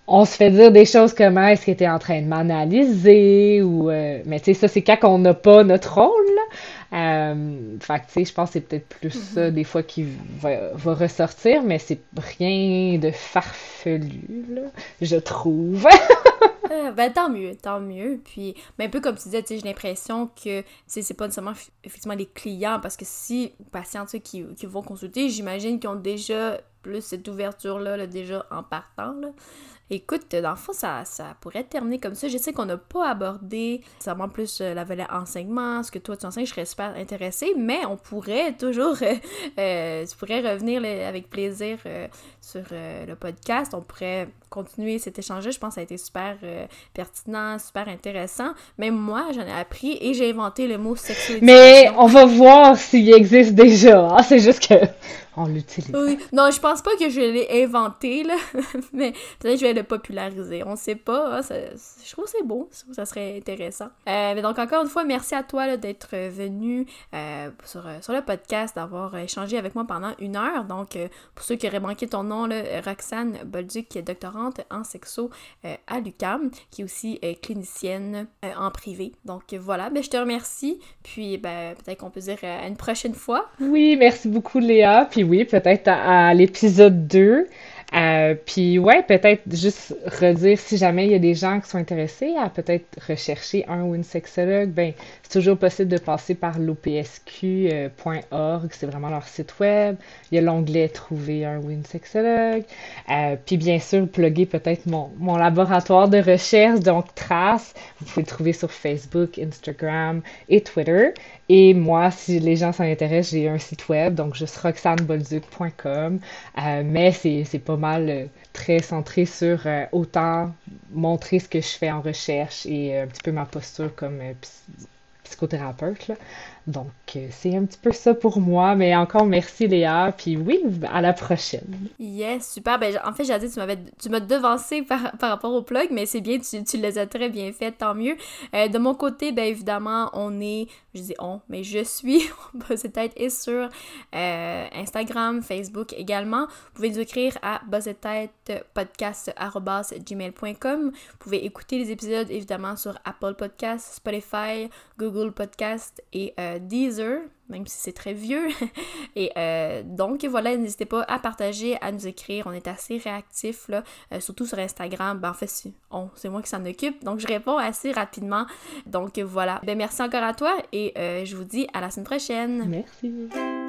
on se fait dire des choses comme ah, est-ce que tu es en train de m'analyser ou euh, mais tu sais ça c'est quand on n'a pas notre rôle là. Euh, fait que tu sais je pense que c'est peut-être plus ça Mhm. des fois qui va, va ressortir mais c'est rien de farfelu là je trouve. Euh, ben tant mieux, tant mieux. Puis, mais un peu comme tu disais, tu sais, j'ai l'impression que c'est c'est pas nécessairement f- effectivement les clients, parce que si les patients tu sais, qui, qui vont consulter, j'imagine qu'ils ont déjà plus cette ouverture-là, là, déjà en partant. Là. Écoute, dans le fond, ça, ça pourrait terminer comme ça. Je sais qu'on n'a pas abordé nécessairement plus euh, la volet enseignement, ce que toi tu enseignes, je serais super intéressée, mais on pourrait toujours, euh, euh, tu pourrais revenir là, avec plaisir euh, sur euh, le podcast. On pourrait continuer cet échange-là. Je pense que ça a été super euh, pertinent, super intéressant. Même moi, j'en ai appris et j'ai inventé le mot Mais sexo-éducation. on va voir s'il existe déjà. Hein. C'est juste que on l'utilise. Oui, non, je pense pas que je l'ai inventé, là, mais peut-être que je vais le populariser. On sait pas, hein, ça- je trouve que c'est beau, je trouve que ça serait intéressant. Euh, mais donc, encore une fois, merci à toi là, d'être euh, venu euh, sur, euh, sur le podcast, d'avoir euh, échangé avec moi pendant une heure. Donc, euh, pour ceux qui auraient manqué ton nom, là, Roxane Bolduc, qui est doctorante en sexo euh, à l'U Q A M, qui est aussi euh, clinicienne euh, en privé. Donc, euh, voilà, ben, je te remercie, puis ben, peut-être qu'on peut dire euh, à une prochaine fois. Oui, merci beaucoup Léa. Puis oui, peut-être à, à l'épisode deux. Euh, puis ouais, peut-être juste redire si jamais il y a des gens qui sont intéressés à peut-être rechercher un ou une sexologue, ben c'est toujours possible de passer par l'O P S Q point org, c'est vraiment leur site web. Il y a l'onglet Trouver un ou une sexologue. Euh, puis bien sûr, plugger peut-être mon, mon laboratoire de recherche, donc Trace. Vous pouvez le trouver sur Facebook, Instagram et Twitter. Et moi, si les gens s'en intéressent, j'ai un site web, donc juste roxane bolduc point com. Euh, mais c'est, c'est pas mal euh, très centré sur euh, autant montrer ce que je fais en recherche et euh, un petit peu ma posture comme euh, psy- psychothérapeute, là. Donc, euh, c'est un petit peu ça pour moi. Mais encore merci Léa, puis oui, à la prochaine. Yes, super. Ben, en fait, j'ai dit, tu m'avais, tu m'as devancé par, par rapport au plug, mais c'est bien, tu, tu les as très bien fait, tant mieux. Euh, de mon côté, ben évidemment, on est, je dis on, mais je suis, Buzzetête est sur euh, Instagram, Facebook également. Vous pouvez nous écrire à buzzetêtepodcast arobase gmail point com. Vous pouvez écouter les épisodes évidemment sur Apple Podcasts, Spotify, Google Podcasts et euh, Deezer, même si c'est très vieux. Et euh, donc voilà, n'hésitez pas à partager, à nous écrire. On est assez réactifs, là, euh, surtout sur Instagram. Ben, en fait, c'est, on, c'est moi qui s'en occupe, donc je réponds assez rapidement. Donc voilà. Ben, merci encore à toi et euh, je vous dis à la semaine prochaine. Merci.